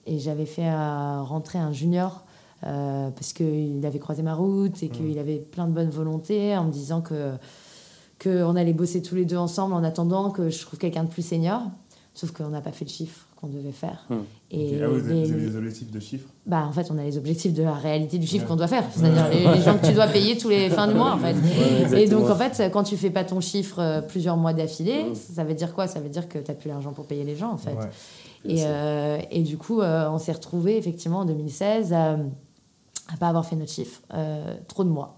et j'avais fait rentrer un junior parce qu'il avait croisé ma route et qu'il avait plein de bonne volonté en me disant qu'on allait bosser tous les deux ensemble en attendant que je trouve quelqu'un de plus senior. Sauf qu'on n'a pas fait le chiffre qu'on devait faire. Et vous avez des objectifs de chiffre? En fait, on a les objectifs de la réalité du chiffre qu'on doit faire. C'est-à-dire les gens que tu dois payer tous les fins du mois, en fait. Et donc, en fait, quand tu fais pas ton chiffre plusieurs mois d'affilée, ça veut dire quoi? Ça veut dire que tu n'as plus l'argent pour payer les gens, en fait. Et du coup, on s'est retrouvés, effectivement, en 2016, à pas avoir fait notre chiffre. Trop de mois.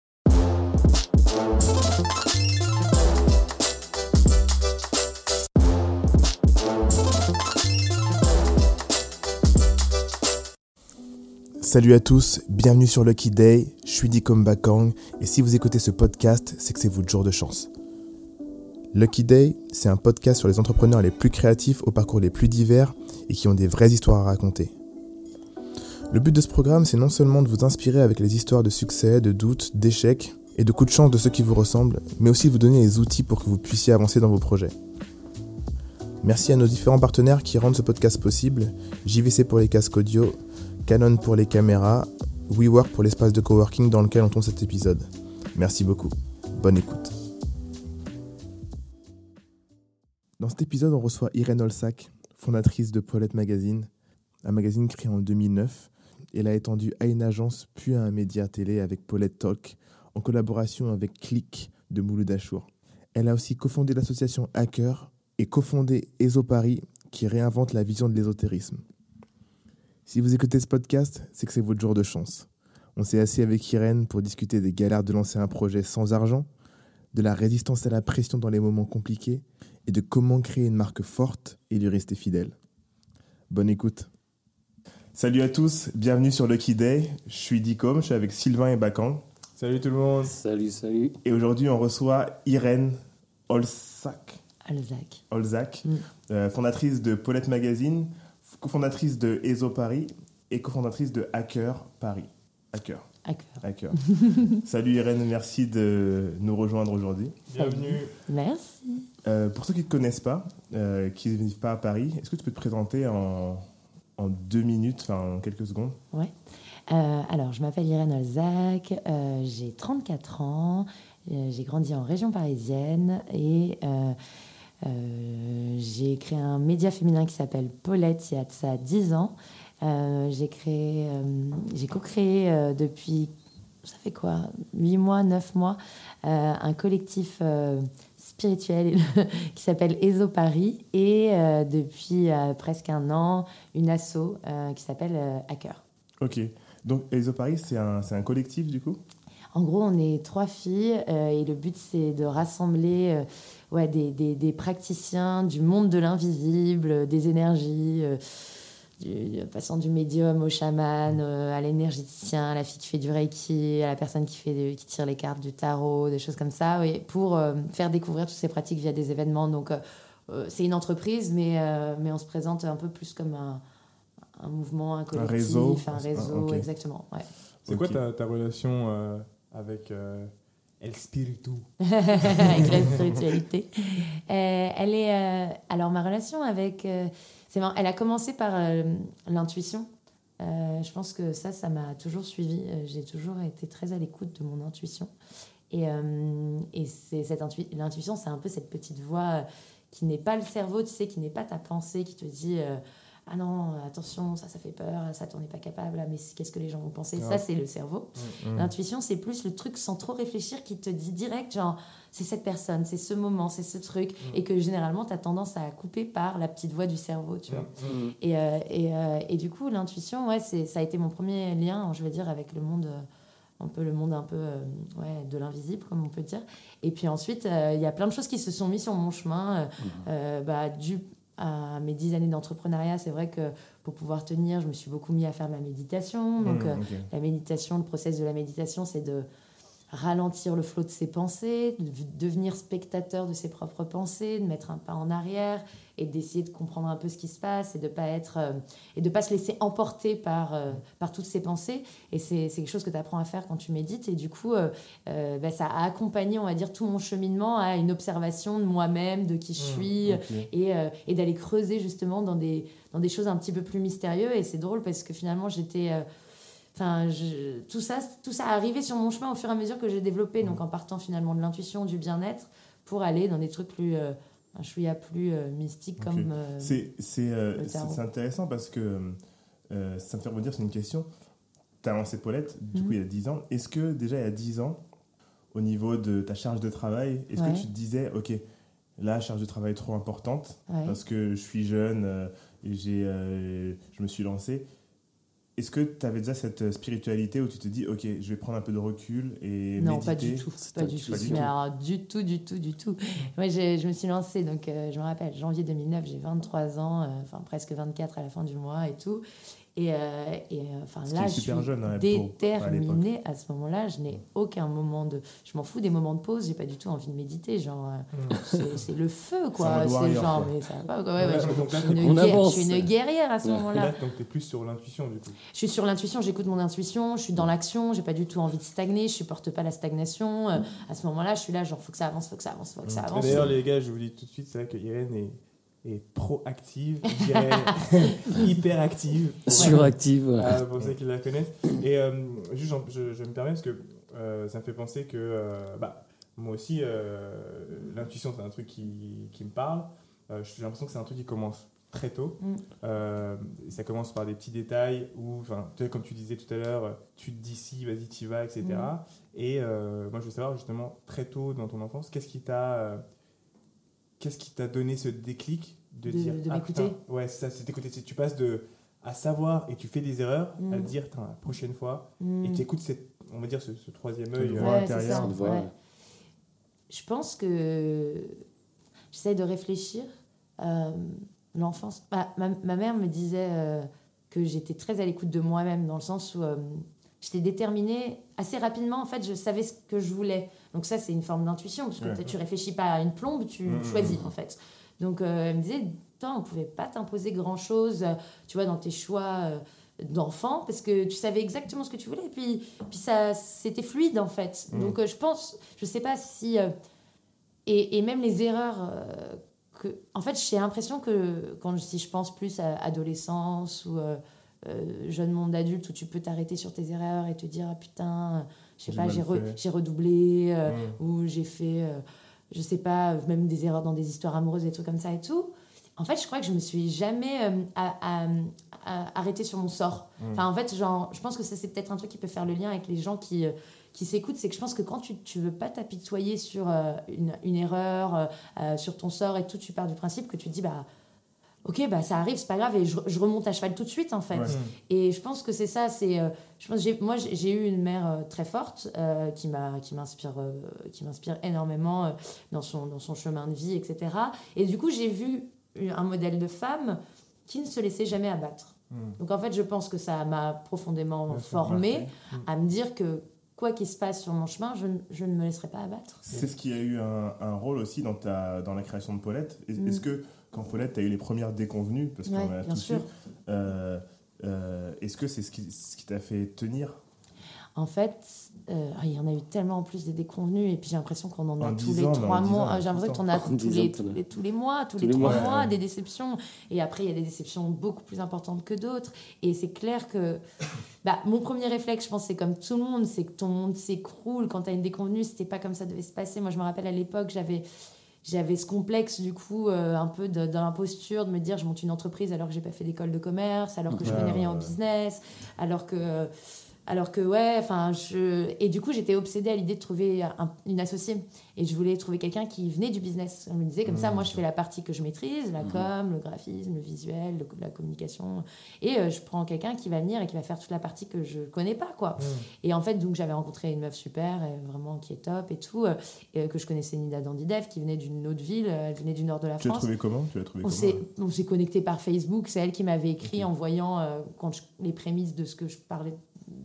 Salut à tous, bienvenue sur Lucky Day, je suis Dikom Bakang et si vous écoutez ce podcast, c'est que c'est votre jour de chance. Lucky Day, c'est un podcast sur les entrepreneurs les plus créatifs aux parcours les plus divers et qui ont des vraies histoires à raconter. Le but de ce programme, c'est non seulement de vous inspirer avec les histoires de succès, de doutes, d'échecs et de coups de chance de ceux qui vous ressemblent, mais aussi de vous donner les outils pour que vous puissiez avancer dans vos projets. Merci à nos différents partenaires qui rendent ce podcast possible, JVC pour les casques audio, Canon pour les caméras, WeWork pour l'espace de coworking dans lequel on tourne cet épisode. Merci beaucoup. Bonne écoute. Dans cet épisode, on reçoit Irène Olsac, fondatrice de Paulette Magazine, un magazine créé en 2009. Elle a étendu à une agence puis à un média télé avec Paulette Talk, en collaboration avec Click de Mouloud Achour. Elle a aussi cofondé l'association Hacker et cofondé ESO Paris, qui réinvente la vision de l'ésotérisme. Si vous écoutez ce podcast, c'est que c'est votre jour de chance. On s'est assis avec Irène pour discuter des galères de lancer un projet sans argent, de la résistance à la pression dans les moments compliqués et de comment créer une marque forte et lui rester fidèle. Bonne écoute. Salut à tous, bienvenue sur Lucky Day. Je suis Dikom, je suis avec Sylvain et Bakang. Salut tout le monde. Salut, salut. Et aujourd'hui, on reçoit Irène Olsac, fondatrice de Paulette Magazine, cofondatrice de ESO Paris et cofondatrice de Hacker Paris. Hacker. Salut Irène, merci de nous rejoindre aujourd'hui. Bienvenue. Merci. Pour ceux qui ne te connaissent pas, qui ne vivent pas à Paris, est-ce que tu peux te présenter en 2 minutes, enfin en quelques secondes? Ouais. Alors, je m'appelle Irène Olsac, j'ai 34 ans, j'ai grandi en région parisienne et j'ai créé un média féminin qui s'appelle Paulette il y a de ça 10 ans. J'ai co-créé depuis, ça fait quoi, 8 mois, 9 mois, un collectif spirituel qui s'appelle ESO Paris et depuis presque un an, une asso qui s'appelle Hacker. Ok, donc ESO Paris, c'est un collectif du coup? En gros, on est 3 filles et le but, c'est de rassembler des praticiens du monde de l'invisible, des énergies, passant du médium au chaman, à l'énergéticien, à la fille qui fait du reiki, à la personne qui tire les cartes du tarot, des choses comme ça, pour faire découvrir toutes ces pratiques via des événements. Donc, c'est une entreprise, mais on se présente un peu plus comme un mouvement, un collectif, un réseau, okay. Exactement. Ouais. C'est quoi ta relation avec El Spiritu? Avec la spiritualité. Alors, ma relation avec... c'est marrant, elle a commencé par l'intuition. Je pense que ça m'a toujours suivie. J'ai toujours été très à l'écoute de mon intuition. Et c'est l'intuition, c'est un peu cette petite voix qui n'est pas le cerveau, tu sais, qui n'est pas ta pensée, qui te dit... ah non, attention, ça fait peur, ça, t'en es pas capable, mais qu'est-ce que les gens vont penser? Ça, c'est le cerveau. L'intuition, c'est plus le truc sans trop réfléchir qui te dit direct, genre, c'est cette personne, c'est ce moment, c'est ce truc, et que généralement, t'as tendance à couper par la petite voix du cerveau, tu vois. Et du coup, l'intuition, ça a été mon premier lien, je veux dire, avec le monde... le monde un peu de l'invisible, comme on peut dire. Et puis ensuite, il y a plein de choses qui se sont mises sur mon chemin, à mes 10 années d'entrepreneuriat. C'est vrai que pour pouvoir tenir, je me suis beaucoup mis à faire de la méditation. Donc, la méditation, le process de la méditation, c'est ralentir le flot de ses pensées, de devenir spectateur de ses propres pensées, de mettre un pas en arrière et d'essayer de comprendre un peu ce qui se passe et de pas se laisser emporter par toutes ces pensées. Et c'est quelque chose que tu apprends à faire quand tu médites. Et du coup, ça a accompagné, on va dire, tout mon cheminement à une observation de moi-même, de qui je suis, et d'aller creuser justement dans des choses un petit peu plus mystérieuses. Et c'est drôle parce que finalement, tout ça a arrivé sur mon chemin au fur et à mesure que j'ai développé, donc en partant finalement de l'intuition, du bien-être, pour aller dans des trucs plus un chouïa plus mystique comme c'est intéressant parce que ça me fait rebondir sur une question. Tu as lancé Paulette, du coup il y a 10 ans. Est-ce que déjà il y a 10 ans, au niveau de ta charge de travail, est-ce que tu te disais, ok, là, charge de travail trop importante, parce que je suis jeune et je me suis lancé. Est-ce que tu avais déjà cette spiritualité où tu te dis, ok, je vais prendre un peu de recul et non, méditer? pas du tout. Pas du tout. Mais alors, du tout. Moi, je me suis lancée, donc je me rappelle, janvier 2009, j'ai 23 ans, presque 24 à la fin du mois et tout. Et là, je suis déterminée à ce moment-là. Je n'ai aucun moment je m'en fous des moments de pause. J'ai pas du tout envie de méditer. Genre, c'est le feu, quoi. C'est genre, mais ça va, quoi. Je suis une guerrière à ce moment-là. Là, donc, t'es plus sur l'intuition, du coup. Je suis sur l'intuition. J'écoute mon intuition. Je suis dans l'action. J'ai pas du tout envie de stagner. Je supporte pas la stagnation. À ce moment-là, je suis là, genre, faut que ça avance. D'ailleurs, les gars, je vous dis tout de suite, c'est vrai que Irène est proactive, je dirais hyper active. Suractive. Pour ceux qui la connaissent. Et juste, je me permets parce que ça me fait penser que moi aussi, l'intuition, c'est un truc qui me parle. J'ai l'impression que c'est un truc qui commence très tôt. Ça commence par des petits détails où, comme tu disais tout à l'heure, tu te dis si, vas-y, t'y vas, etc. Et moi, je veux savoir justement, très tôt dans ton enfance, qu'est-ce qui t'a donné ce déclic de dire m'écouter. Ouais, c'est ça, c'est t'écouter. Tu passes à savoir et tu fais des erreurs, à dire la prochaine fois, et tu écoutes on va dire ce troisième œil intérieur. Je pense que j'essaie de réfléchir. L'enfance, ma mère me disait que j'étais très à l'écoute de moi-même, dans le sens où j'étais déterminée assez rapidement. En fait, je savais ce que je voulais. Donc ça, c'est une forme d'intuition, parce que tu réfléchis pas à une plombe, tu choisis, en fait. Donc elle me disait, on pouvait pas t'imposer grand-chose, tu vois, dans tes choix d'enfant, parce que tu savais exactement ce que tu voulais, et puis ça, c'était fluide, en fait. Donc je sais pas si... et même les erreurs... en fait, j'ai l'impression que si je pense plus à adolescence ou jeune monde adulte, où tu peux t'arrêter sur tes erreurs et te dire, putain, je sais pas, j'ai redoublé, ou j'ai fait... je sais pas, même des erreurs dans des histoires amoureuses, des trucs comme ça et tout. En fait, je crois que je me suis jamais arrêtée sur mon sort. En fait, je pense que ça, c'est peut-être un truc qui peut faire le lien avec les gens qui s'écoutent. C'est que je pense que quand tu veux pas t'apitoyer sur une erreur, sur ton sort et tout, tu pars du principe que tu te dis, ok, ça arrive, c'est pas grave, et je remonte à cheval tout de suite, en fait. Et je pense que c'est ça, moi, j'ai eu une mère très forte qui m'inspire énormément dans son chemin de vie, etc. Et du coup, j'ai vu un modèle de femme qui ne se laissait jamais abattre. Donc, en fait, je pense que ça m'a profondément formée à me dire que quoi qu'il se passe sur mon chemin, je ne me laisserai pas abattre. C'est ce qui a eu un rôle aussi dans la création de Paulette. Est-ce que, quand Paulette, tu as eu les premières déconvenues, parce qu'on a tous eu, est-ce que c'est ce qui t'a fait tenir? En fait, il y en a eu tellement en plus des déconvenues, et puis j'ai l'impression qu'on en a tous les 3 mois. J'ai l'impression qu'on a tous les mois, tous les 3 mois, des déceptions. Et après, il y a des déceptions beaucoup plus importantes que d'autres. Et c'est clair que mon premier réflexe, je pense, c'est comme tout le monde, c'est que ton monde s'écroule quand tu as une déconvenue. C'était pas comme ça devait se passer. Moi, je me rappelle à l'époque, j'avais ce complexe, du coup, un peu de l'imposture, de me dire je monte une entreprise alors que j'ai pas fait d'école de commerce, alors que je connais rien au business, alors que et du coup, j'étais obsédée à l'idée de trouver une associée. Et je voulais trouver quelqu'un qui venait du business. On me disait, comme ça, moi, je fais la partie que je maîtrise, la com, le graphisme, le visuel, la communication. Et je prends quelqu'un qui va venir et qui va faire toute la partie que je connais pas, quoi. Et en fait, donc, j'avais rencontré une meuf super, vraiment, qui est top et tout, que je connaissais, Nida Dandidev, qui venait d'une autre ville, elle venait du nord de la France. Tu l'as trouvé comment? On s'est connecté par Facebook. C'est elle qui m'avait écrit en voyant les prémices de ce que je parlais,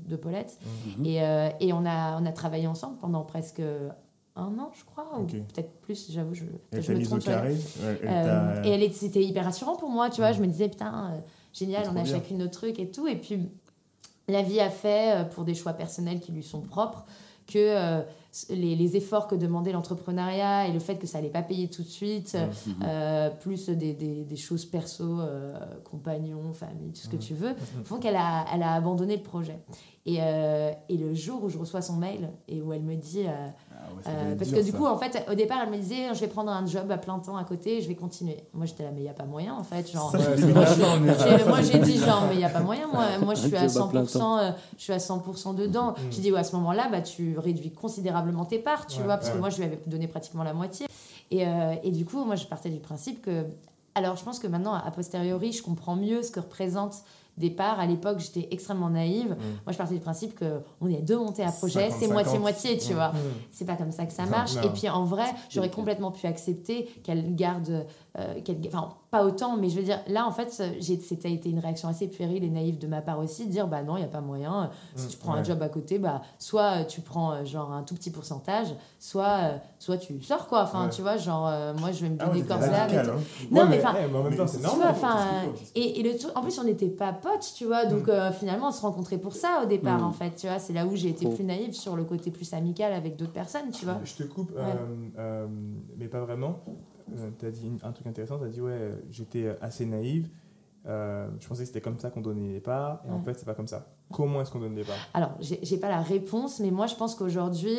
de Paulette. Mhm. Et on a travaillé ensemble pendant presque 1 an, je crois, ou peut-être plus, j'avoue. Elle Je t'a me mise au trompe sur elle. carré. Et c'était hyper rassurant pour moi, tu vois. Je me disais, putain, génial, C'est on a trop bien. chacune notre truc et tout. Et puis, la vie a fait, pour des choix personnels qui lui sont propres, que les efforts que demandait l'entrepreneuriat et le fait que ça allait pas payer tout de suite, plus des choses perso, compagnons, famille, tout ce que tu veux, font qu'elle a abandonné le projet. Et le jour où je reçois son mail et où elle me dit... parce que du coup, en fait, au départ, elle me disait, je vais prendre un job à plein temps à côté et je vais continuer. Moi, j'étais là, mais il n'y a pas moyen, en fait. Genre, moi, j'ai dit, genre, mais il n'y a pas moyen. Moi, je suis à 100%, je suis à 100% dedans. J'ai dit, à ce moment-là, bah, tu réduis considérablement tes parts, tu vois, parce que moi, je lui avais donné pratiquement la moitié. Et du coup, moi, je partais du principe que... Alors, je pense que maintenant, a posteriori, je comprends mieux ce que représente des parts. À l'époque, j'étais extrêmement naïve. Moi, je partais du principe qu'on est 2 montées à projet, c'est moitié-moitié, tu vois. C'est pas comme ça que ça marche. Non. Et puis, en vrai, j'aurais complètement pu accepter qu'elle garde... Enfin, pas autant, mais je veux dire, là, en fait, c'était une réaction assez puérile et naïve de ma part aussi, de dire, bah non, il n'y a pas moyen. Si tu prends un job à côté, bah, soit tu prends genre un tout petit pourcentage, soit tu sors, quoi. Enfin, tu vois, genre, moi, je vais me donner corps et âme. Non, mais enfin... en même temps, c'est tu normal. vois, et le truc, en plus, on n'était pas potes, tu vois, donc finalement, on se rencontrait pour ça au départ, en fait, tu vois. C'est là où j'ai été plus naïve sur le côté plus amical avec d'autres personnes, tu vois. Je te coupe, mais pas vraiment. Tu as dit un truc intéressant, tu as dit, j'étais assez naïve. Je pensais que c'était comme ça qu'on donnait les parts, et en fait, c'est pas comme ça. Comment est-ce qu'on donne les parts ? Alors, j'ai pas la réponse, mais moi, je pense qu'aujourd'hui,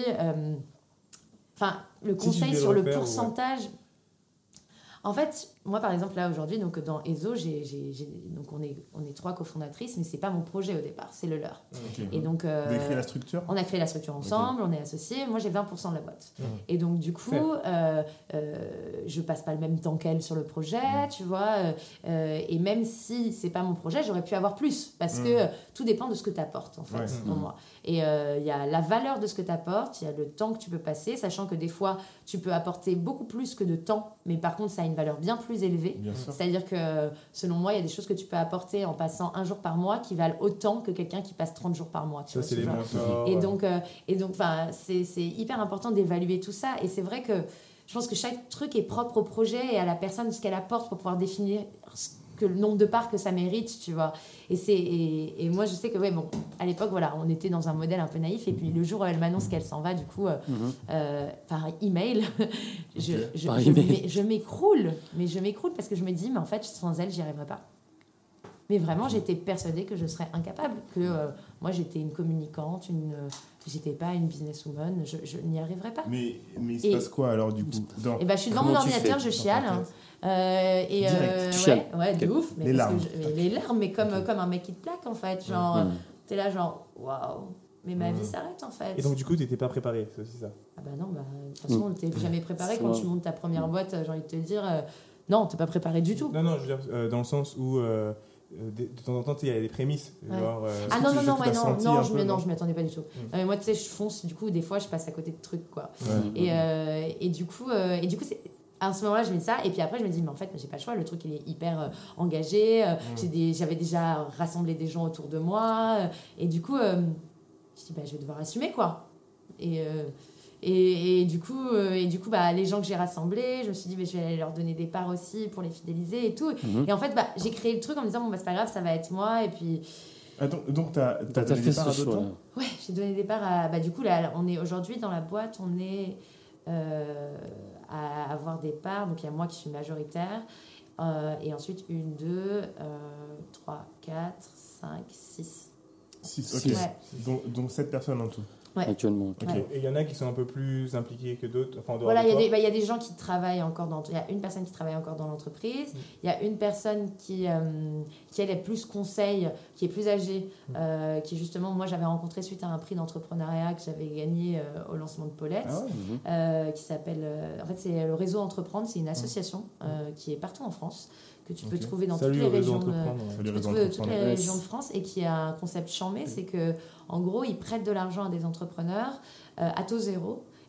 le conseil sur le pourcentage... En fait, moi, par exemple, là, aujourd'hui, donc, dans ESO, donc on est 3 cofondatrices, mais c'est pas mon projet au départ, c'est le leur. Et donc, vous avez créé la structure ? On a créé la structure ensemble, on est associés. Moi, j'ai 20% de la boîte. Et donc, du coup, je passe pas le même temps qu'elle sur le projet, tu vois. Et même si c'est pas mon projet, j'aurais pu avoir plus, parce que tout dépend de ce que tu apportes, en fait, pour moi. Et il y a la valeur de ce que tu apportes, il y a le temps que tu peux passer, sachant que des fois, tu peux apporter beaucoup plus que de temps, mais par contre, ça a une valeur bien plus élevée. C'est-à-dire que, selon moi, il y a des choses que tu peux apporter en passant 1 jour par mois qui valent autant que quelqu'un qui passe 30 jours par mois. Ça, c'est les mentors. Et donc, c'est hyper important d'évaluer tout ça. Et c'est vrai que je pense que chaque truc est propre au projet et à la personne, ce qu'elle apporte pour pouvoir définir le nombre de parts que ça mérite, tu vois. Et moi, je sais que, à l'époque, voilà, on était dans un modèle un peu naïf. Et puis, le jour où elle m'annonce qu'elle s'en va, du coup, par email, je m'écroule. Mais je m'écroule parce que je me dis, mais en fait, sans elle, j'y arriverais pas. Mais vraiment, j'étais persuadée que je serais incapable, que moi, j'étais une communicante, j'étais pas une businesswoman, je n'y arriverais pas. Mais il se passe quoi alors, du coup je suis devant mon ordinateur, je chiale. De ouf. Mais les larmes. Les larmes, mais comme un mec qui te plaque, en fait. Genre, t'es là, genre, waouh, mais ma vie s'arrête, en fait. Et donc, du coup, t'étais pas préparée, c'est aussi ça ? Ah bah non, de toute façon, t'es jamais préparé quand tu montes ta première boîte, j'ai envie de te dire. Non, t'es pas préparé du tout. Non, je veux dire, dans le sens où... de temps en temps, il y a des prémices. Genre, non, je m'y attendais pas du tout. Mais moi, tu sais, je fonce, du coup, des fois, je passe à côté de trucs, quoi. Et du coup, c'est... À ce moment-là, je me dis ça, et puis après, je me dis, mais en fait, j'ai pas le choix, le truc, il est hyper engagé, j'avais déjà rassemblé des gens autour de moi, et du coup, je dis, je vais devoir assumer, quoi. Et du coup, les gens que j'ai rassemblés, je me suis dit, je vais aller leur donner des parts aussi pour les fidéliser et tout. Et en fait, j'ai créé le truc en me disant, c'est pas grave, ça va être moi. Et puis... donc, t'as donné des parts à d'autres gens ? Ouais, j'ai donné des parts à... du coup, là, on est aujourd'hui dans la boîte, on est à avoir des parts. Donc, il y a moi qui suis majoritaire. Et ensuite, 1, 2, 3, 4, 5, 6. 6, ok. Ouais. Donc 7 personnes en tout. Ouais. Actuellement. Okay. Ouais. Et il y en a qui sont un peu plus impliqués que d'autres. Enfin, voilà, il y a des gens qui travaillent encore dans... Il y a une personne qui travaille encore dans l'entreprise. Il y a une personne qui elle est plus conseil, qui est plus âgée, qui justement, moi, j'avais rencontré suite à un prix d'entrepreneuriat que j'avais gagné au lancement de Paulette, qui s'appelle... en fait, c'est le Réseau Entreprendre. C'est une association qui est partout en France, que tu peux trouver dans toutes les régions de France, et qui a un concept charmé, c'est que en gros, ils prêtent de l'argent à des entrepreneurs à taux zéro,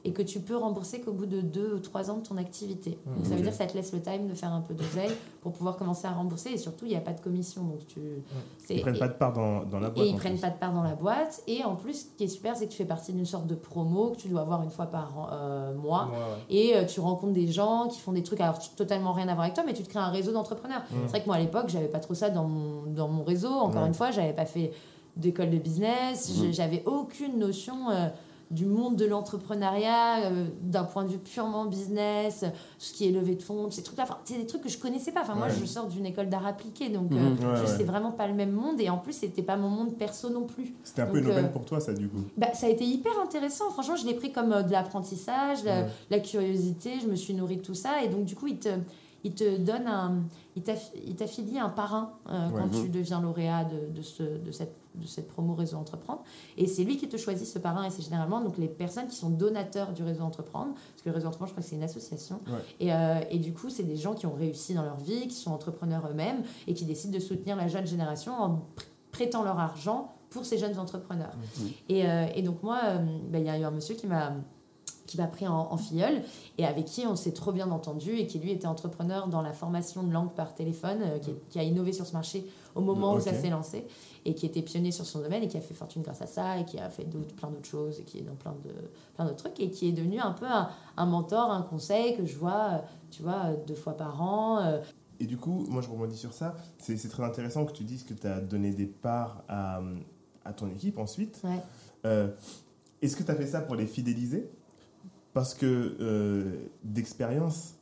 et que tu peux rembourser qu'au bout de 2 ou 3 ans de ton activité. Donc ça veut dire que ça te laisse le time de faire un peu d'oseille pour pouvoir commencer à rembourser, et surtout il n'y a pas de commission. Donc ils prennent pas de part dans la boîte. Et ils prennent pas de part dans la boîte, et en plus ce qui est super, c'est que tu fais partie d'une sorte de promo que tu dois avoir une fois par mois, et tu rencontres des gens qui font des trucs alors totalement rien à voir avec toi, mais tu te crées un réseau d'entrepreneurs. C'est vrai que moi à l'époque j'avais pas trop ça dans mon réseau, encore une fois j'avais pas fait d'école de business, j'avais aucune notion du monde de l'entrepreneuriat d'un point de vue purement business, ce qui est levée de fonds, ces trucs-là, c'est des trucs que je connaissais pas. Moi je sors d'une école d'art appliqué, donc c'est vraiment pas le même monde, et en plus c'était pas mon monde perso non plus. C'était un peu une aubaine pour toi ça du coup. Ça a été hyper intéressant, franchement je l'ai pris comme de l'apprentissage, la curiosité, je me suis nourrie de tout ça, et donc du coup il te donne il t'affilie un parrain quand tu deviens lauréat de cette promo Réseau Entreprendre, et c'est lui qui te choisit ce parrain, et c'est généralement donc les personnes qui sont donateurs du Réseau Entreprendre, parce que le Réseau Entreprendre je crois que c'est une association, et du coup c'est des gens qui ont réussi dans leur vie, qui sont entrepreneurs eux-mêmes et qui décident de soutenir la jeune génération en prêtant leur argent pour ces jeunes entrepreneurs. Et donc moi il y a eu un monsieur qui m'a pris en filleule, et avec qui on s'est trop bien entendu, et qui lui était entrepreneur dans la formation de langue par téléphone, qui a innové sur ce marché au moment où ça s'est lancé, et qui était pionnier sur son domaine, et qui a fait fortune grâce à ça, et qui a fait plein d'autres choses, et qui est dans plein d'autres trucs, et qui est devenu un peu un mentor, un conseil que je vois, tu vois, 2 fois par an. Et du coup, moi je rebondis sur ça, c'est très intéressant que tu dises que tu as donné des parts à ton équipe ensuite. Est-ce que tu as fait ça pour les fidéliser ? Parce que d'expérience,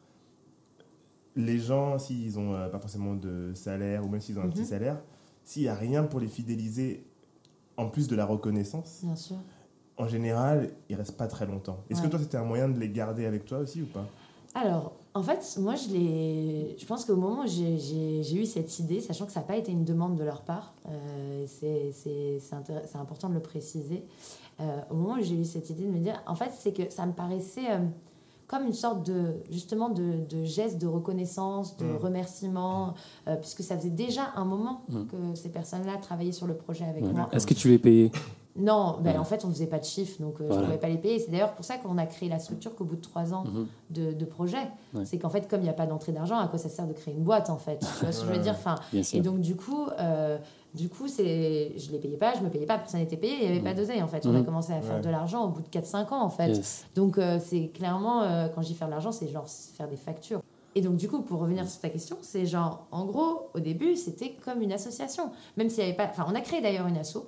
les gens, s'ils n'ont pas forcément de salaire, ou même s'ils ont un petit salaire, s'il n'y a rien pour les fidéliser, en plus de la reconnaissance, bien sûr, en général, ils ne restent pas très longtemps. Est-ce que toi, c'était un moyen de les garder avec toi aussi ou pas ? Alors, en fait, moi, je pense qu'au moment où j'ai eu cette idée, sachant que ça n'a pas été une demande de leur part, c'est important de le préciser, au moment où j'ai eu cette idée de me dire, en fait, c'est que ça me paraissait comme une sorte de geste de reconnaissance, de remerciement, puisque ça faisait déjà un moment que ces personnes-là travaillaient sur le projet avec moi. Est-ce que tu les payais ? Non, en fait, on ne faisait pas de chiffres, donc je ne pouvais pas les payer. C'est d'ailleurs pour ça qu'on a créé la structure qu'au bout de 3 ans de projet. C'est qu'en fait, comme il n'y a pas d'entrée d'argent, à quoi ça sert de créer une boîte, en fait ? Tu vois ce que je veux dire ? Et donc, du coup, je ne les payais pas, je ne me payais pas, personne n'était payé, il n'y avait pas d'oseille, en fait. On a commencé à faire de l'argent au bout de 4-5 ans, en fait. Donc, c'est clairement, quand je dis faire de l'argent, c'est genre faire des factures. Et donc, du coup, pour revenir sur ta question, c'est genre, en gros, au début, c'était comme une association. Même s'il n'y avait pas... Enfin, on a créé d'ailleurs une asso,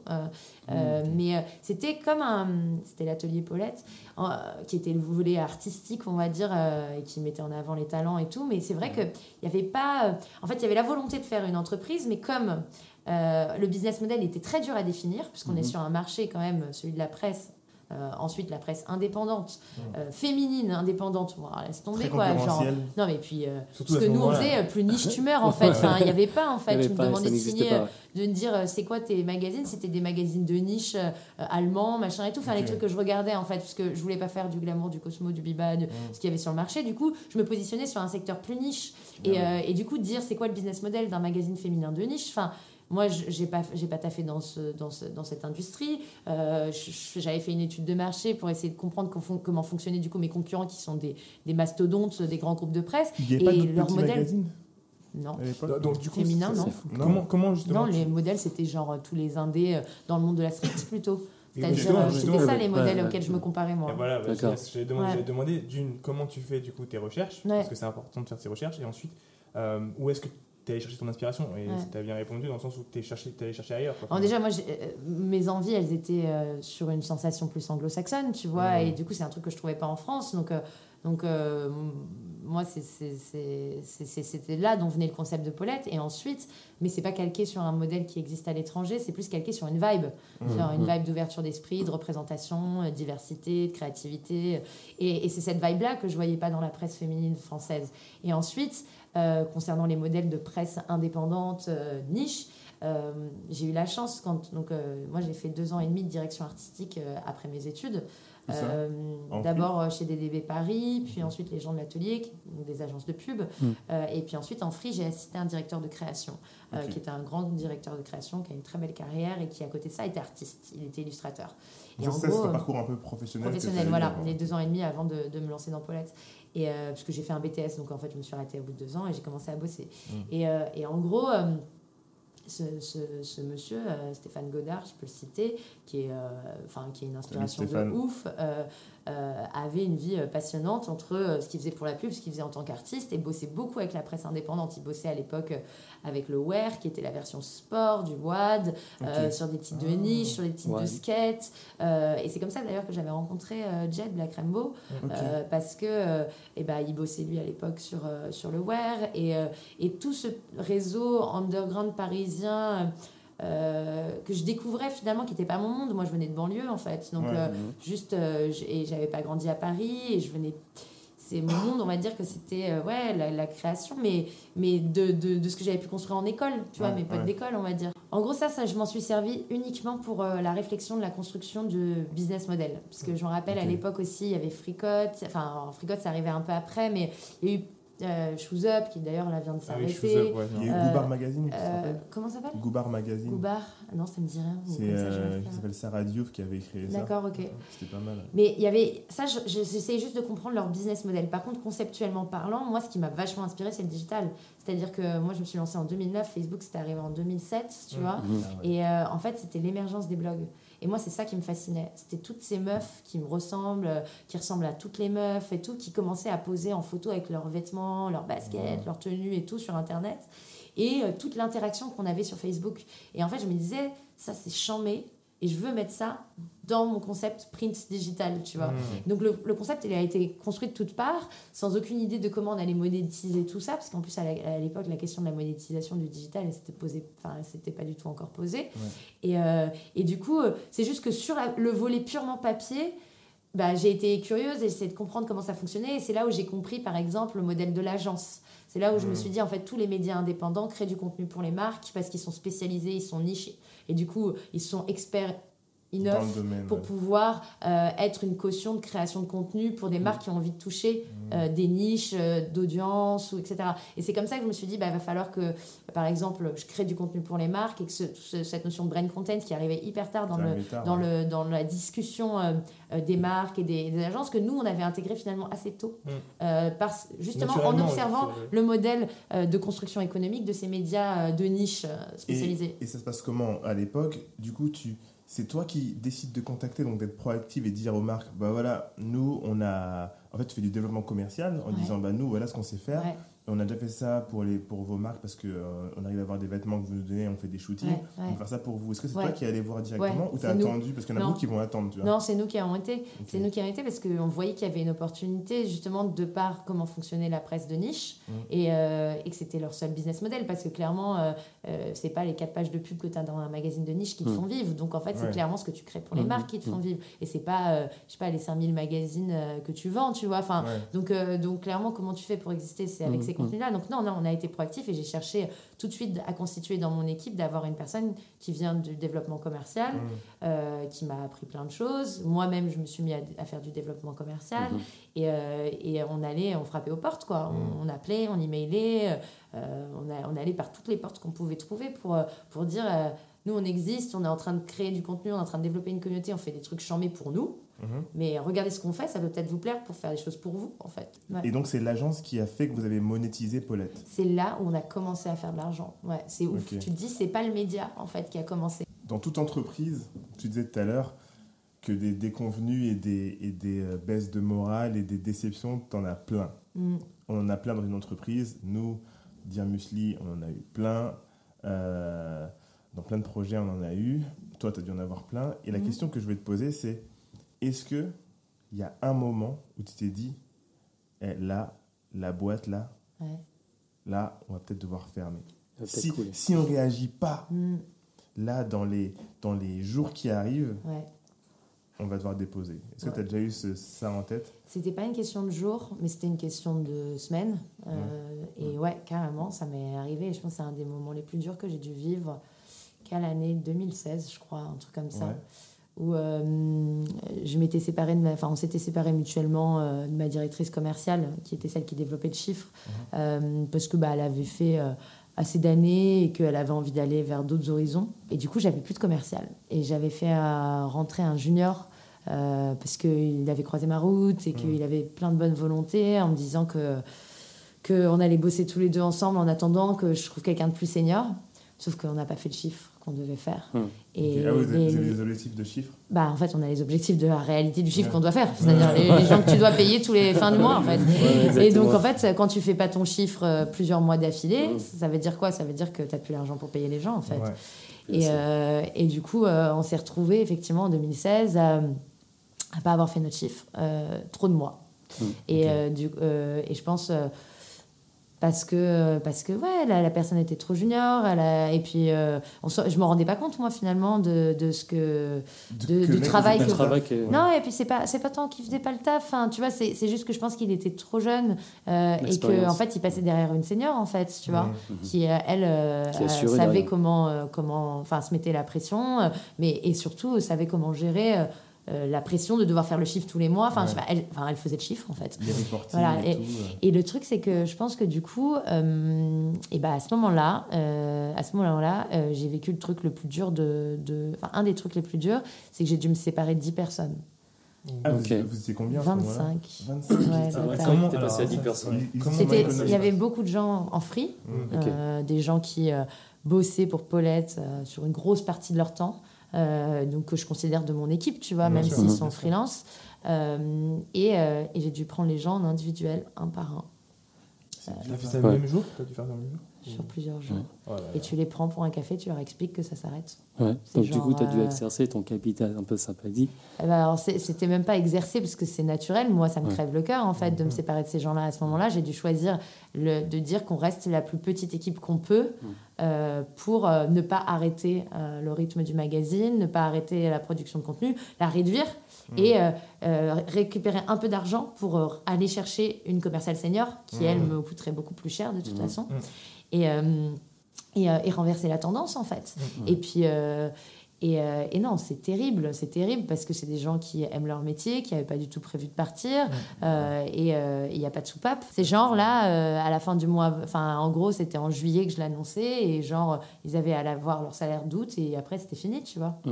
mais c'était comme c'était l'atelier Paulette, qui était le volet artistique, on va dire, et qui mettait en avant les talents et tout. Mais c'est vrai qu'il n'y avait pas... en fait, il y avait la volonté de faire une entreprise, mais comme le business model était très dur à définir, puisqu'on est sur un marché quand même, celui de la presse. Ensuite, la presse indépendante, féminine, indépendante, laisse tomber quoi. Genre, non, mais puis, ce que nous on faisait, plus niche tu meurs en fait. Il n'y avait pas en fait. Tu me demandais de signer, de me dire c'est quoi tes magazines. C'était des magazines de niche allemands, machin et tout. Enfin, les trucs que je regardais en fait, parce que je voulais pas faire du glamour, du Cosmo, du Biba, ce qu'il y avait sur le marché. Du coup, je me positionnais sur un secteur plus niche. Et du coup, dire c'est quoi le business model d'un magazine féminin de niche. Enfin, moi, j'ai pas taffé dans cette industrie. J'avais fait une étude de marché pour essayer de comprendre comment fonctionnaient du coup mes concurrents qui sont des mastodontes, des grands groupes de presse. Il n'y avait pas de petits magazines ? Non. Donc, du coup, féminin, non. Comment justement Non, les modèles, c'était genre tous les indés dans le monde de la street plutôt. C'est-à-dire, c'était ça les modèles auxquels je me comparais moi. Et voilà, j'avais demandé comment tu fais du coup tes recherches, parce que c'est important de faire tes recherches, et ensuite, où est-ce que tu es allé chercher ton inspiration, et tu as bien répondu dans le sens où tu es allé chercher ailleurs. Alors déjà, moi, mes envies, elles étaient sur une sensation plus anglo-saxonne, tu vois, et du coup, c'est un truc que je trouvais pas en France. Donc moi, c'était là dont venait le concept de Paulette. Et ensuite, mais c'est pas calqué sur un modèle qui existe à l'étranger, c'est plus calqué sur une vibe. Une vibe d'ouverture d'esprit, de représentation, de diversité, de créativité. Et c'est cette vibe-là que je voyais pas dans la presse féminine française. Et ensuite, concernant les modèles de presse indépendante, niche, j'ai eu la chance, moi j'ai fait 2 ans et demi de direction artistique après mes études. C'est ça. D'abord chez DDB Paris, puis ensuite les gens de l'atelier, donc des agences de pub. Et puis ensuite en Free, j'ai assisté à un directeur de création, qui était un grand directeur de création, qui a une très belle carrière et qui à côté de ça était artiste, il était illustrateur. Et ça, c'est un parcours un peu professionnel. Professionnel, voilà, les 2 ans et demi avant de me lancer dans Paulette. Et, parce que j'ai fait un BTS, donc en fait je me suis arrêtée au bout de 2 ans et j'ai commencé à bosser. Et en gros, ce monsieur, Stéphane Godard, je peux le citer, qui est une inspiration de ouf, avait une vie passionnante entre ce qu'il faisait pour la pub, ce qu'il faisait en tant qu'artiste, et bossait beaucoup avec la presse indépendante. Il bossait à l'époque avec le Wear, qui était la version sport du WAD, sur des titres de niche, sur des titres de skate. Et c'est comme ça d'ailleurs que j'avais rencontré Jed Black Rainbow, parce que il bossait lui à l'époque sur le Wear, et tout ce réseau underground parisien que je découvrais finalement, qui n'était pas mon monde. Moi je venais de banlieue en fait, donc et j'avais pas grandi à Paris, et c'est mon monde, on va dire que c'était la création, mais de ce que j'avais pu construire en école, tu vois, mes potes d'école, on va dire. En gros, ça je m'en suis servi uniquement pour la réflexion de la construction du business model, parce que je me rappelle à l'époque aussi, il y avait Fricotte, Fricotte ça arrivait un peu après, mais il y a eu Shoes Up, qui d'ailleurs là vient de s'arrêter. Il y a eu Goubar Magazine, comment ça s'appelle? Goubar Magazine. Goubar, non, ça me dit rien. C'est qui s'appelle Sarah Diouf qui avait créé ça. D'accord, ok. C'était pas mal. Mais il y avait ça, j'essayais juste de comprendre leur business model. Par contre, conceptuellement parlant, moi, ce qui m'a vachement inspiré, c'est le digital. C'est-à-dire que moi, je me suis lancée en 2009, Facebook, c'était arrivé en 2007, tu vois. Et en fait, c'était l'émergence des blogs. Et moi, c'est ça qui me fascinait. C'était toutes ces meufs qui me ressemblent, qui ressemblent à toutes les meufs et tout, qui commençaient à poser en photo avec leurs vêtements, leurs baskets, leurs tenues et tout sur Internet. Et toute l'interaction qu'on avait sur Facebook. Et en fait, je me disais, ça, c'est chambé. Et je veux mettre ça dans mon concept print digital, tu vois. Donc le concept, il a été construit de toutes parts, sans aucune idée de comment on allait monétiser tout ça, parce qu'en plus, à l'époque, la question de la monétisation du digital, elle s'était pas du tout encore posée. Et du coup, c'est juste que sur le volet purement papier, j'ai été curieuse et j'ai essayé de comprendre comment ça fonctionnait. Et c'est là où j'ai compris, par exemple, le modèle de l'agence. C'est là où je me suis dit, en fait, tous les médias indépendants créent du contenu pour les marques parce qu'ils sont spécialisés, ils sont nichés. Et du coup, ils sont experts enough pour pouvoir être une caution de création de contenu pour des marques qui ont envie de toucher des niches d'audience, etc. Et c'est comme ça que je me suis dit, il va falloir que, par exemple, je crée du contenu pour les marques, et que cette notion de brand content qui arrivait hyper tard dans la discussion des marques et des agences, que nous, on avait intégré finalement assez tôt, justement en observant le modèle de construction économique de ces médias de niche spécialisés. Et ça se passe comment à l'époque? Du coup, c'est toi qui décides de contacter, donc d'être proactive et de dire aux marques, voilà, nous, en fait, tu fais du développement commercial en disant, nous, voilà ce qu'on sait faire. On a déjà fait ça pour vos marques parce qu'on arrive à avoir des vêtements que vous nous donnez, on fait des shootings, on va faire ça pour vous. Est-ce que c'est toi qui es allé voir directement ou tu as attendu? Parce qu'il y en a beaucoup qui vont attendre. Tu vois. Non, c'est nous qui avons été. C'est nous qui avons été parce qu'on voyait qu'il y avait une opportunité, justement, de par comment fonctionnait la presse de niche et que c'était leur seul business model. Parce que clairement, c'est pas les 4 pages de pub que tu as dans un magazine de niche qui te font vivre. Donc en fait, c'est clairement ce que tu crées pour les marques qui te font vivre. Et c'est pas, je sais pas, les 5000 magazines que tu vends, tu vois. Enfin, donc clairement, comment tu fais pour exister? C'est avec ces contenus-là. Donc non, on a été proactif et j'ai cherché tout de suite à constituer dans mon équipe d'avoir une personne qui vient du développement commercial, qui m'a appris plein de choses. Moi-même, je me suis mis à faire du développement commercial et on frappait aux portes, quoi. On appelait, on emailait, on allait par toutes les portes qu'on pouvait trouver pour dire nous, on existe, on est en train de créer du contenu, on est en train de développer une communauté, on fait des trucs chambés pour nous. Mais regardez ce qu'on fait, ça peut peut-être vous plaire pour faire des choses pour vous, en fait. Et donc, c'est l'agence qui a fait que vous avez monétisé Paulette? C'est là où on a commencé à faire de l'argent. C'est ouf. Tu te dis, c'est pas le média, en fait, qui a commencé. Dans toute entreprise, tu disais tout à l'heure que des déconvenues et des baisses de morale et des déceptions, t'en as plein. On en a plein dans une entreprise. Nous, Dear Musli, on en a eu plein. Dans plein de projets, on en a eu. Toi, tu as dû en avoir plein. Et la question que je vais te poser, c'est est-ce qu'il y a un moment où tu t'es dit, là, la boîte, là, on va peut-être devoir fermer. Si on ne réagit pas, là, dans les jours qui arrivent, on va devoir déposer. Est-ce que tu as déjà eu ça en tête? C'était pas une question de jours, mais c'était une question de semaines. Et carrément, ça m'est arrivé. Je pense que c'est un des moments les plus durs que j'ai dû vivre qu'à l'année 2016, je crois, un truc comme ça. où je m'étais séparée on s'était séparés mutuellement de ma directrice commerciale, qui était celle qui développait le chiffre, parce que elle avait fait assez d'années et qu'elle avait envie d'aller vers d'autres horizons. Et du coup, j'avais plus de commercial. Et j'avais fait rentrer un junior parce qu'il avait croisé ma route et qu'il avait plein de bonne volonté en me disant qu'on allait bosser tous les deux ensemble en attendant que je trouve quelqu'un de plus senior. Sauf qu'on n'a pas fait le chiffre qu'on devait faire. Et vous avez des objectifs de chiffres? En fait, on a les objectifs de la réalité du chiffre qu'on doit faire. C'est-à-dire les gens que tu dois payer tous les fins du mois, en fait. Ouais, et donc, en fait, quand tu fais pas ton chiffre plusieurs mois d'affilée, ça veut dire quoi? Ça veut dire que tu n'as plus l'argent pour payer les gens, en fait. Et du coup, on s'est retrouvés, effectivement, en 2016, à pas avoir fait notre chiffre. Trop de mois. Et je pense... Parce que la personne était trop junior, et puis je me rendais pas compte moi finalement de ce du travail que... Non, et puis c'est pas tant qu'il faisait pas le taf, enfin, tu vois, c'est juste que je pense qu'il était trop jeune et que en fait il passait derrière une senior en fait, tu vois, qui savait comment se mettait la pression, et surtout savait comment gérer la pression de devoir faire le chiffre tous les mois. Elle faisait le chiffre en fait. Les reportings et le truc c'est que je pense que du coup à ce moment-là j'ai vécu le truc le plus dur un des trucs les plus durs, c'est que j'ai dû me séparer de 10 personnes. Vous étiez combien? 25. 25. Comment t'es passé à 10 personnes? Il y avait beaucoup de gens en free, des gens qui bossaient pour Paulette sur une grosse partie de leur temps. Donc que je considère de mon équipe, tu vois, même s'ils sont freelance. Et j'ai dû prendre les gens en individuel, un par un. Tu as fait ça le même jour? Tu as dû faire ça le même jour? Sur plusieurs jours. Et tu les prends pour un café, tu leur expliques que ça s'arrête. Donc du coup, tu as dû exercer ton capital un peu sympathique. Alors, c'était même pas exercer parce que c'est naturel. Moi, ça me crève le cœur, en fait, de me séparer de ces gens-là. À ce moment-là, j'ai dû choisir de dire qu'on reste la plus petite équipe qu'on peut pour ne pas arrêter le rythme du magazine, ne pas arrêter la production de contenu, la réduire et récupérer un peu d'argent pour aller chercher une commerciale senior qui, elle, me coûterait beaucoup plus cher de toute façon. Et renverser la tendance en fait. Et puis non, c'est terrible parce que c'est des gens qui aiment leur métier, qui n'avaient pas du tout prévu de partir, et il n'y a pas de soupape. Ces gens-là, à la fin du mois, en gros c'était en juillet que je l'annonçais, et genre ils avaient à avoir leur salaire d'août et après c'était fini, tu vois.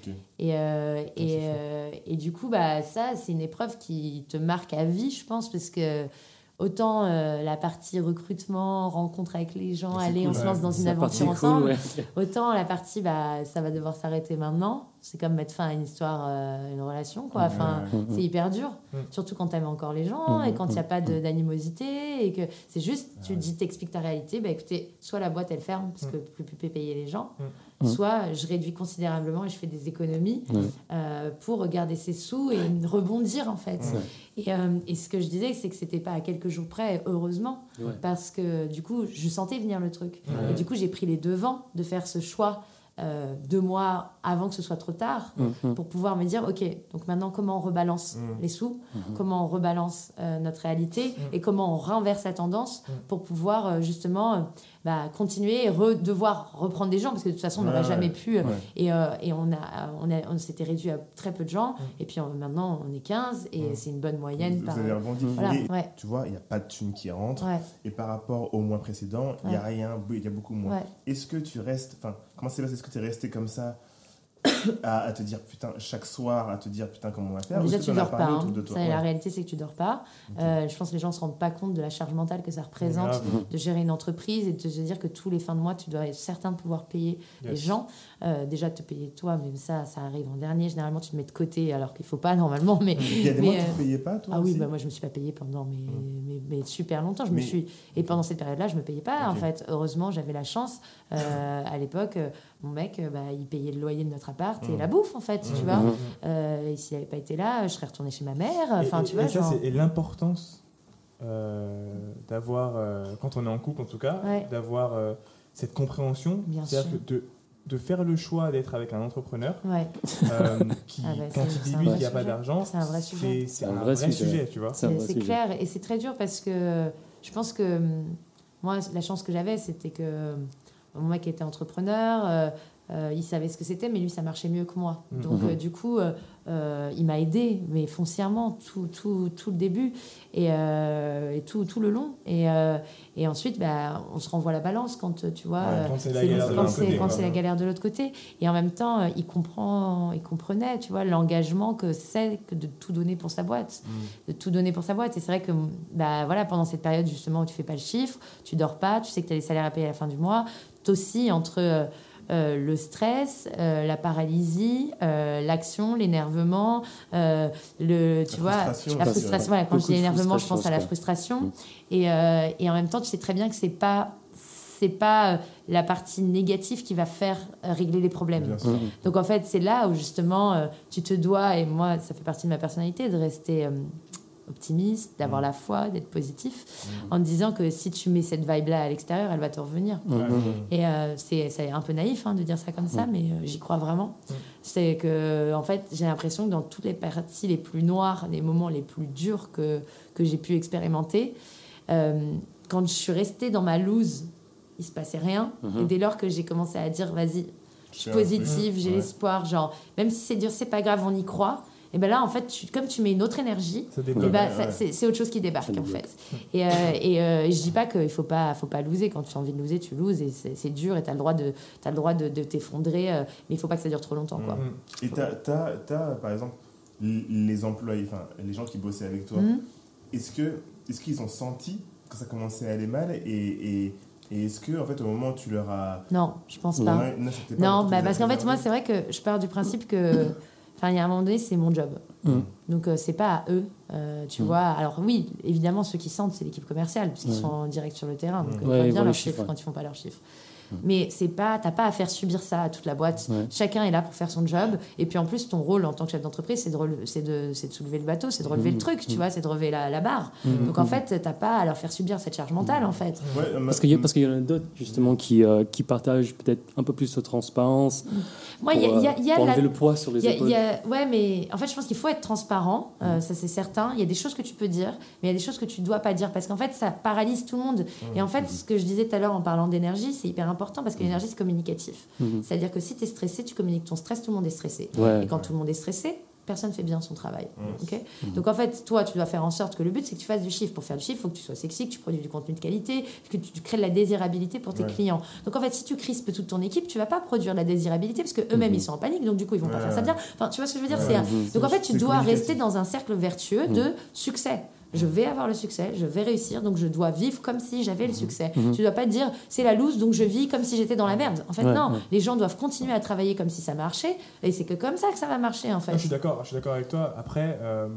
Et du coup ça c'est une épreuve qui te marque à vie, je pense, parce que autant la partie recrutement, rencontre avec les gens, on se lance dans une aventure ensemble. Autant la partie, ça va devoir s'arrêter maintenant. C'est comme mettre fin à une histoire, une relation, quoi. C'est hyper dur. Surtout quand t'aimes encore les gens et quand il n'y a pas d'animosité et que c'est juste, t'expliques ta réalité. Écoutez, soit la boîte, elle ferme parce que plus payer les gens, soit je réduis considérablement et je fais des économies pour garder ses sous et rebondir, en fait. Et ce que je disais, c'est que c'était pas à quelques jours près, heureusement, parce que du coup, je sentais venir le truc. Et du coup, j'ai pris les devants de faire ce choix 2 mois avant que ce soit trop tard pour pouvoir me dire, ok, donc maintenant comment on rebalance les sous, comment on rebalance notre réalité et comment on renverse la tendance pour pouvoir justement continuer et devoir reprendre des gens, parce que de toute façon on n'aurait jamais pu et on s'était réduit à très peu de gens et puis maintenant on est 15 et c'est une bonne moyenne. Vous avez rebondi. Voilà. Tu vois, il n'y a pas de thunes qui rentrent et par rapport au mois précédent il n'y a rien, il y a beaucoup moins. Est-ce que tu restes, comment c'est passé? Est-ce que tu es resté comme ça à te dire putain chaque soir, à te dire putain comment on va faire? Déjà tu dors pas, de toi? La réalité c'est que tu dors pas. Je pense que les gens se rendent pas compte de la charge mentale que ça représente de gérer une entreprise et de se dire que tous les fins de mois tu dois être certain de pouvoir payer les gens, déjà te payer toi, même ça arrive en dernier, généralement tu te mets de côté alors qu'il faut pas normalement, mais il y a des mois que tu ne payais pas toi aussi? Oui, moi je me suis pas payée pendant mais super longtemps, et pendant cette période là je me payais pas en fait. Heureusement j'avais la chance à l'époque, mon mec il payait le loyer de notre appart et la bouffe en fait, tu vois. Et s'il n'avait pas été là, je serais retournée chez ma mère. Et l'importance d'avoir, quand on est en couple en tout cas, d'avoir cette compréhension, c'est-à-dire que de faire le choix d'être avec un entrepreneur qui, quand il dit lui qu'il n'y a pas d'argent, c'est un vrai sujet. C'est un vrai sujet, tu vois. C'est clair, et c'est très dur parce que je pense que moi, la chance que j'avais, c'était que mon mec était entrepreneur. il savait ce que c'était, mais lui, ça marchait mieux que moi. Donc, du coup, il m'a aidé, mais foncièrement, tout le début et tout le long. Et ensuite, on se renvoie la balance quand, tu vois, quand c'est la galère de l'autre côté. Et en même temps, il comprenait, tu vois, l'engagement que c'est que de tout donner pour sa boîte. De tout donner pour sa boîte. Et c'est vrai que, voilà, pendant cette période, justement, où tu fais pas le chiffre, tu dors pas, tu sais que tu as les salaires à payer à la fin du mois, t'oscilles entre... le stress, la paralysie, l'action, l'énervement, la frustration. Voilà, quand je dis énervement, je pense à la frustration. Et en même temps, tu sais très bien que c'est pas la partie négative qui va faire régler les problèmes. Donc en fait, c'est là où justement tu te dois, et moi, ça fait partie de ma personnalité, de rester optimiste, d'avoir la foi, d'être positif, en te disant que si tu mets cette vibe-là à l'extérieur, elle va te revenir. Et c'est un peu naïf de dire ça comme ça, mais j'y crois vraiment. C'est que, en fait, j'ai l'impression que dans toutes les parties les plus noires, les moments les plus durs que j'ai pu expérimenter, quand je suis restée dans ma loose, il se passait rien. Et dès lors que j'ai commencé à dire, vas-y, je suis positive, j'ai l'espoir, genre, même si c'est dur, c'est pas grave, on y croit. Et bien là, en fait, comme tu mets une autre énergie, c'est autre chose qui débarque, en fait. Et je dis pas qu'il faut pas loser. Quand tu as envie de loser, tu loses. Et c'est dur et tu as le droit de t'effondrer. Mais il faut pas que ça dure trop longtemps, quoi. Et t'as, par exemple, les employés, enfin, les gens qui bossaient avec toi, est-ce qu'ils ont senti que ça commençait à aller mal et est-ce que, en fait, au moment où tu leur as... Non, je pense pas. Non, parce qu'en fait, moi, c'est vrai que je pars du principe que... Enfin, il y a un moment donné, c'est mon job. Donc, c'est pas à eux, tu vois. Alors, oui, évidemment, ceux qui sentent, c'est l'équipe commerciale, parce qu'ils sont en direct sur le terrain. Donc, ils voient bien leurs chiffres quand ils font pas leurs chiffres. Mais t'as pas à faire subir ça à toute la boîte. Chacun est là pour faire son job. Et puis, en plus, ton rôle en tant que chef d'entreprise, c'est de soulever le bateau, c'est de relever le truc, tu vois, c'est de relever la barre. Donc, en fait, t'as pas à leur faire subir cette charge mentale, en fait. Parce qu'il y en a d'autres, justement, qui partagent peut-être un peu plus de transparence. Moi, il y a pour enlever le poids sur les épaules. Ouais, mais en fait, je pense qu'il faut être transparent, ça c'est certain. Il y a des choses que tu peux dire, mais il y a des choses que tu ne dois pas dire, parce qu'en fait, ça paralyse tout le monde. Et en fait, ce que je disais tout à l'heure en parlant d'énergie, c'est hyper important, parce que l'énergie, c'est communicatif. C'est-à-dire que si tu es stressé, tu communiques ton stress, tout le monde est stressé. Et quand tout le monde est stressé, personne ne fait bien son travail. Okay. Donc en fait, toi, tu dois faire en sorte que le but, c'est que tu fasses du chiffre. Pour faire du chiffre, il faut que tu sois sexy, que tu produis du contenu de qualité, que tu crées de la désirabilité pour tes clients. Donc en fait, si tu crispes toute ton équipe, tu ne vas pas produire de la désirabilité parce qu'eux-mêmes, ils sont en panique. Donc du coup, ils ne vont pas faire ça bien. Enfin, tu vois ce que je veux dire Donc en fait, tu dois rester dans un cercle vertueux de succès. Je vais avoir le succès, je vais réussir, donc je dois vivre comme si j'avais le succès. Tu ne dois pas te dire, c'est la loose, donc je vis comme si j'étais dans la merde. En fait, non. Les gens doivent continuer à travailler comme si ça marchait, et c'est que comme ça que ça va marcher, en fait. Je suis d'accord avec toi. Après,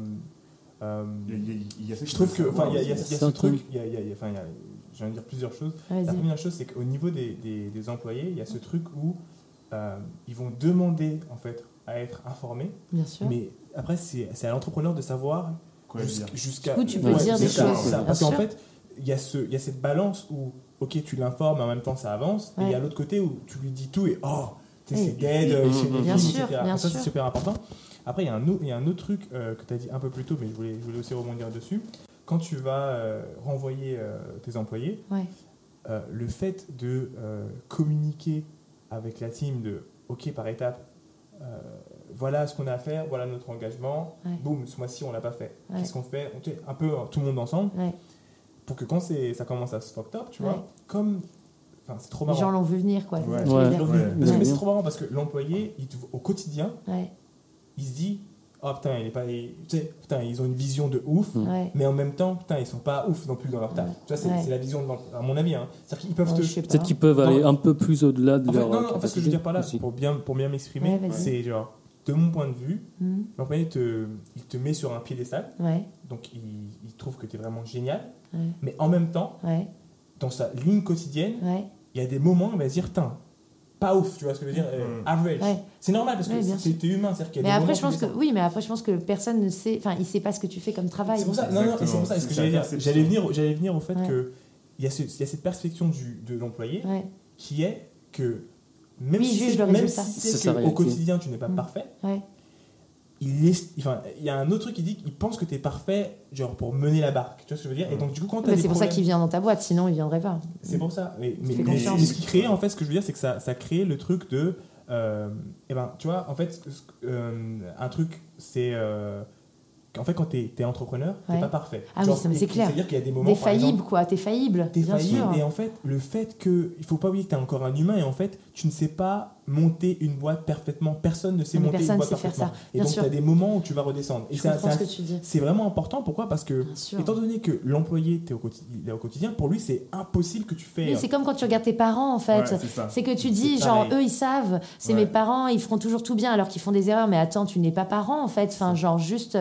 je trouve que, il y a ce truc, je viens de dire plusieurs choses. Vas-y. La première chose, c'est qu'au niveau des employés, il y a ce truc où ils vont demander, en fait, à être informés. Bien sûr. Mais après, c'est à l'entrepreneur de savoir jusqu'à où tu peux dire des choses. Parce qu'en fait, il y a cette balance où, ok, tu l'informes, mais en même temps, ça avance. Et il y a l'autre côté où tu lui dis tout et c'est dead, bien sûr, etc. Ça, c'est super important. Après, il y a un autre truc que tu as dit un peu plus tôt, mais je voulais aussi rebondir dessus. Quand tu vas renvoyer tes employés, le fait de communiquer avec la team de, ok, par étape, voilà ce qu'on a à faire, voilà notre engagement, boum, ce mois-ci on l'a pas fait. Qu'est-ce qu'on fait? On fait un peu tout le monde ensemble pour que quand ça commence à se fuck up, tu vois, c'est trop marrant. Les gens l'ont vu venir, quoi. Mais c'est trop marrant parce que l'employé, au quotidien, il se dit, oh putain, ils ont une vision de ouf, mais en même temps, putain, ils sont pas ouf non plus dans leur taf. Tu vois, c'est la vision, à mon avis. C'est-à-dire qu'ils peuvent peut-être qu'ils peuvent aller un peu plus au-delà de leur capacité. En fait, ce que je veux dire par là, pour bien m'exprimer, c'est genre, de mon point de vue, l'employé il te met sur un piédestal, donc il trouve que tu es vraiment génial, mais en même temps, dans sa ligne quotidienne, il y a des moments où il va se dire, putain, pas ouf, tu vois ce que je veux dire, average. C'est normal parce que t'es humain, c'est-à-dire qu'il y a mais après, je pense que personne ne sait, il sait pas ce que tu fais comme travail. C'est pour ça, c'est pour ça, ce que j'allais dire. J'allais venir au fait que il y a cette perspective de l'employé qui est que même si c'est au quotidien tu n'es pas parfait, il y a un autre truc qui dit qu'il pense que tu es parfait genre pour mener la barque, tu vois ce que je veux dire, et donc du coup quand tu as c'est pour ça qu'il vient dans ta boîte, sinon il viendrait pas. C'est pour ça, mais ce qui crée en fait, ce que je veux dire, c'est que ça crée le truc de Et ben, tu vois, en fait, un truc, c'est en fait, quand t'es entrepreneur, t'es pas parfait. Ah oui, c'est clair. C'est-à-dire qu'il y a des moments, t'es faillible, quoi. T'es faillible. T'es bien faillible. sûr. Et en fait, le fait que, il faut pas oublier que t'es encore un humain et en fait, tu ne sais pas monter une boîte parfaitement. Personne ne sait monter une boîte parfaitement. Et donc, t'as des moments où tu vas redescendre. Et je comprends ce que tu dis. C'est vraiment important. Pourquoi ? Parce que, étant donné que l'employé, il est au quotidien, pour lui, c'est impossible que tu fais. Oui, c'est comme quand tu regardes tes parents, en fait. Ouais, c'est que tu dis, genre, eux, ils savent. C'est mes parents, ils feront toujours tout bien alors qu'ils font des erreurs. Mais attends, tu n'es pas parent, en fait. Enfin, genre, juste.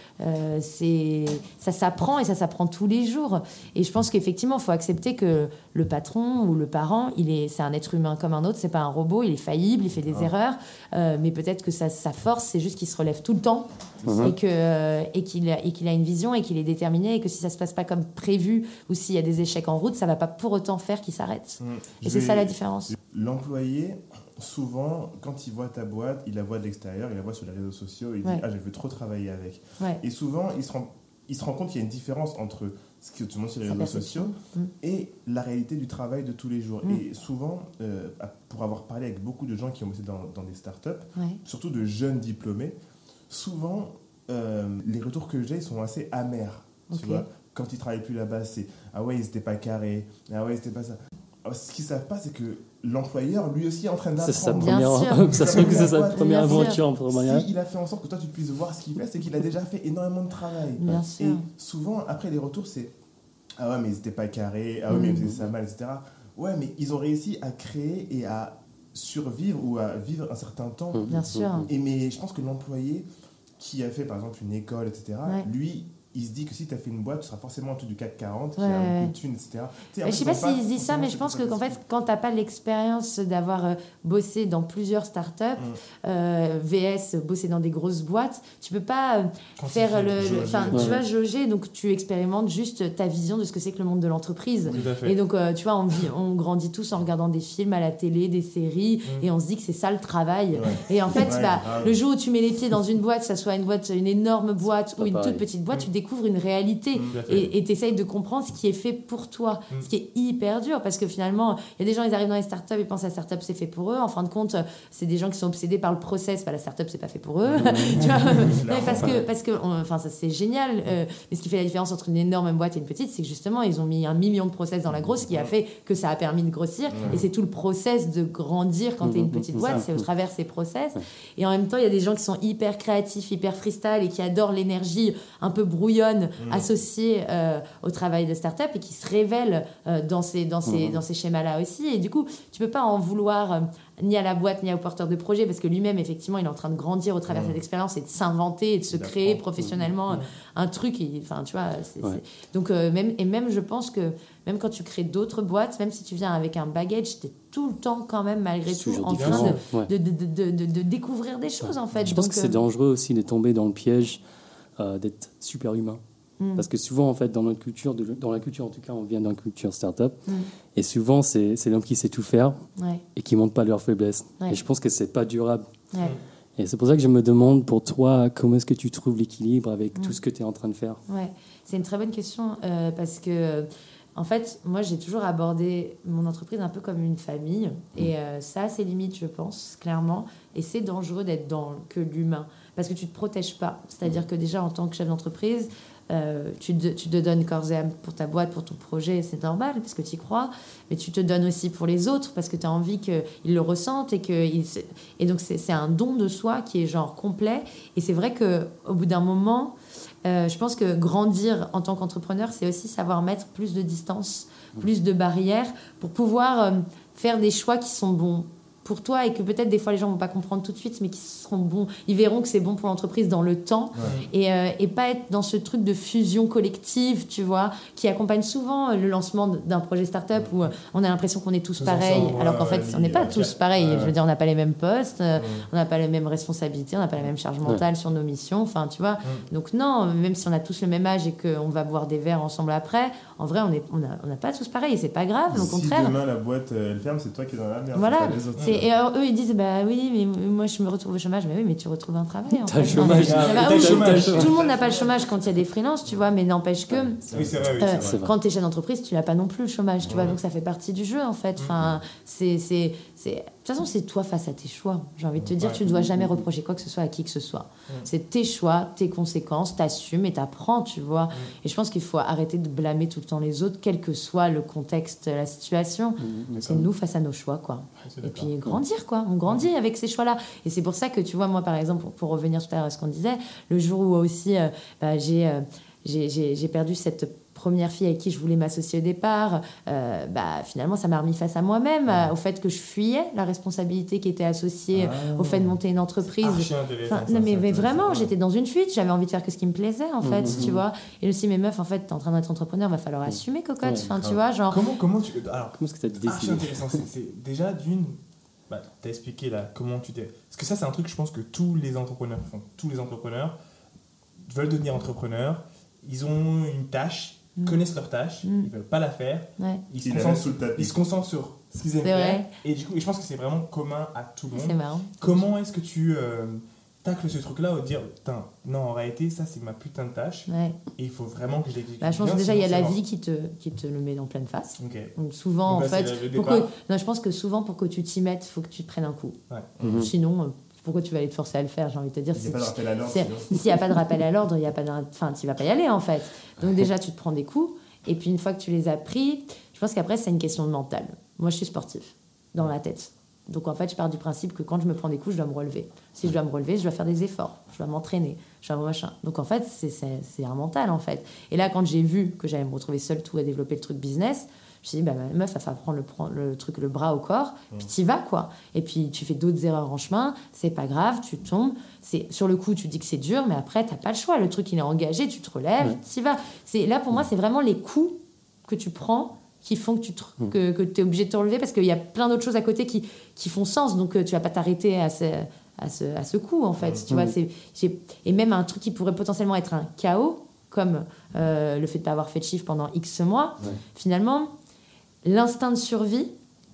Ça s'apprend et ça s'apprend tous les jours. Et je pense qu'effectivement, il faut accepter que le patron ou le parent, c'est un être humain comme un autre, c'est pas un robot, il est faillible, il fait des erreurs, mais peut-être que sa force, c'est juste qu'il se relève tout le temps et qu'il a une vision et qu'il est déterminé et que si ça se passe pas comme prévu ou s'il y a des échecs en route, ça va pas pour autant faire qu'il s'arrête. Et c'est ça la différence. L'employé, souvent, quand il voit ta boîte, il la voit de l'extérieur, il la voit sur les réseaux sociaux, il dit « Ah, je veux trop travailler avec ». Et souvent, il se rend compte qu'il y a une différence entre ce que tu montres sur les réseaux sociaux et la réalité du travail de tous les jours. Et souvent, pour avoir parlé avec beaucoup de gens qui ont bossé dans des startups, surtout de jeunes diplômés, souvent, les retours que j'ai sont assez amers. Tu vois, quand ils ne travaillent plus là-bas, c'est « Ah ouais, ils n'étaient pas carrés, ah ouais, c'était pas ça ». Ce qu'ils ne savent pas, c'est que l'employeur, lui aussi, est en train d'apprendre. Ça se trouve que c'est sa première aventure en première. Si il a fait en sorte que toi, tu puisses voir ce qu'il fait, c'est qu'il a déjà fait énormément de travail. Bien sûr. Et souvent, après, les retours, c'est « Ah ouais, mais ils n'étaient pas carrés, ah ouais, mais ils faisaient ça mal, etc. » Ouais, mais ils ont réussi à créer et à survivre ou à vivre un certain temps. Bien sûr. Mais je pense que l'employé qui a fait, par exemple, une école, etc., lui... il se dit que si tu as fait une boîte, tu seras forcément en dessous du CAC 40, qui a beaucoup de thunes, etc. Je ne sais pas s'il se dit ça, mais je pense qu'en fait, quand tu n'as pas l'expérience d'avoir bossé dans plusieurs startups, VS, bosser dans des grosses boîtes, tu ne peux pas faire tu vas jauger, donc tu expérimentes juste ta vision de ce que c'est que le monde de l'entreprise. Et donc, tu vois, on grandit tous en regardant des films à la télé, des séries, et on se dit que c'est ça le travail. Et en fait, le jour où tu mets les pieds dans une boîte, que ça soit une énorme boîte ou une toute petite boîte, tu découvres une réalité et tu essayes de comprendre ce qui est fait pour toi, ce qui est hyper dur parce que finalement il y a des gens, ils arrivent dans les startups et pensent que la startup c'est fait pour eux, en fin de compte c'est des gens qui sont obsédés par le process, la startup c'est pas fait pour eux. Tu vois, parce que ça c'est génial, mais ce qui fait la différence entre une énorme boîte et une petite, c'est que justement ils ont mis 1 million de process dans la grosse, qui a fait que ça a permis de grossir, et c'est tout le process de grandir quand t'es une petite boîte, c'est au travers ces process. Et en même temps il y a des gens qui sont hyper créatifs, hyper freestyle et qui adorent l'énergie un peu brouillonne associée au travail de start-up et qui se révèlent dans ces schémas-là aussi. Et du coup, tu peux pas en vouloir ni à la boîte ni aux porteurs de projet, parce que lui-même, effectivement, il est en train de grandir au travers de cette expérience et de s'inventer et de se créer professionnellement un truc. Enfin, tu vois, donc même je pense que même quand tu crées d'autres boîtes, même si tu viens avec un baggage, t'es tout le temps quand même malgré tout en train de découvrir des choses, en fait. Je pense que c'est dangereux aussi de tomber dans le piège d'être super humain. Parce que souvent, en fait, dans notre culture, dans la culture en tout cas, on vient d'une culture start-up, et souvent, c'est l'homme qui sait tout faire et qui ne montre pas leurs faiblesses. Et je pense que ce n'est pas durable. Et c'est pour ça que je me demande, pour toi, comment est-ce que tu trouves l'équilibre avec tout ce que tu es en train de faire ? C'est une très bonne question, parce que, en fait, moi, j'ai toujours abordé mon entreprise un peu comme une famille, et ça a ses limites, je pense, clairement, et c'est dangereux d'être dans que l'humain, parce que tu ne te protèges pas. C'est-à-dire que déjà, en tant que chef d'entreprise, tu te donnes corps et âme pour ta boîte, pour ton projet, c'est normal parce que tu y crois, mais tu te donnes aussi pour les autres parce que tu as envie qu'ils le ressentent et donc c'est un don de soi qui est genre complet. Et c'est vrai qu'au bout d'un moment, je pense que grandir en tant qu'entrepreneur, c'est aussi savoir mettre plus de distance, plus de barrières pour pouvoir faire des choix qui sont bons pour toi et que peut-être des fois les gens vont pas comprendre tout de suite, mais qui seront bons, ils verront que c'est bon pour l'entreprise dans le temps, et pas être dans ce truc de fusion collective, tu vois, qui accompagne souvent le lancement d'un projet start-up où on a l'impression qu'on est tous pareils, alors qu'en fait on n'est pas tous pareils. Je veux dire, on n'a pas les mêmes postes, on n'a pas les mêmes responsabilités, on n'a pas la même charge mentale sur nos missions, enfin tu vois. Donc non, même si on a tous le même âge et qu'on va boire des verres ensemble après, en vrai on n'a pas tous pareil, et c'est pas grave, au contraire. Si demain la boîte elle ferme, c'est toi qui es dans la merde. Voilà. Et alors eux ils disent bah oui, mais moi je me retrouve au chômage. Mais oui, mais tu retrouves un travail. T'as le chômage. Tout le monde n'a pas le chômage quand il y a des freelances, tu vois, mais n'empêche que quand t'es chef d'entreprise, tu n'as pas non plus le chômage, tu vois, donc ça fait partie du jeu en fait. Enfin, toute façon, c'est toi face à tes choix. J'ai envie de te dire, tu ne dois jamais reprocher quoi que ce soit à qui que ce soit. C'est tes choix, tes conséquences, t'assumes et t'apprends, tu vois. Et je pense qu'il faut arrêter de blâmer tout le temps les autres, quel que soit le contexte, la situation. C'est nous face à nos choix, quoi. Et puis grandir, quoi. On grandit avec ces choix-là. Et c'est pour ça que, tu vois, moi, par exemple, pour revenir tout à l'heure à ce qu'on disait, le jour où aussi j'ai perdu cette première fille avec qui je voulais m'associer au départ, finalement ça m'a remis face à moi-même, au fait que je fuyais la responsabilité qui était associée au fait de monter une entreprise. Mais vraiment, j'étais dans une fuite, j'avais envie de faire que ce qui me plaisait en fait, tu vois. Et aussi mes meufs, en fait, t'es en train d'être entrepreneur, va falloir assumer, cocotte. Tu vois, genre. Comment est-ce que t'as décidé? C'est intéressant. C'est déjà d'une. T'as expliqué là comment tu t'es. Parce que ça, c'est un truc, je pense que tous les entrepreneurs font. Tous les entrepreneurs veulent devenir entrepreneurs. Ils ont une tâche. Connaissent leur tâche, ils veulent pas la faire, ils se concentrent sur ce qu'ils aiment faire, et du coup, je pense que c'est vraiment commun à tout le monde. C'est marrant. Comment est-ce que tu tacles ce truc-là ou dire, non, en réalité, ça c'est ma putain de tâche, et il faut vraiment que je l'exécute. Je pense que déjà il y a la vie qui te le met en pleine face. Donc souvent, en fait, je pense que souvent pour que tu t'y mettes, il faut que tu te prennes un coup. Sinon. Pourquoi tu vas aller te forcer à le faire, j'ai envie de te dire. S'il n'y a pas de rappel à l'ordre. S'il n'y a pas de rappel à l'ordre, tu ne vas pas y aller, en fait. Donc déjà, tu te prends des coups. Et puis, une fois que tu les as pris, je pense qu'après, c'est une question de mental. Moi, je suis sportif, dans la tête. Donc, en fait, je pars du principe que quand je me prends des coups, je dois me relever. Si je dois me relever, je dois faire des efforts. Je dois m'entraîner. Je dois machin. Donc, en fait, c'est un mental, en fait. Et là, quand j'ai vu que j'allais me retrouver seule tout à développer le truc business, je me suis dit, ma meuf, ça va prendre le bras au corps, puis t'y vas, quoi. Et puis, tu fais d'autres erreurs en chemin, c'est pas grave, tu tombes. Sur le coup, tu dis que c'est dur, mais après, t'as pas le choix. Le truc, il est engagé, tu te relèves, t'y vas. Là, pour moi, c'est vraiment les coups que tu prends qui font que t'es obligé de te relever, parce qu'il y a plein d'autres choses à côté qui font sens, donc tu vas pas t'arrêter à ce coup, en fait. Tu vois, et même un truc qui pourrait potentiellement être un chaos, comme le fait de pas avoir fait de chiffre pendant X mois, finalement... L'instinct de survie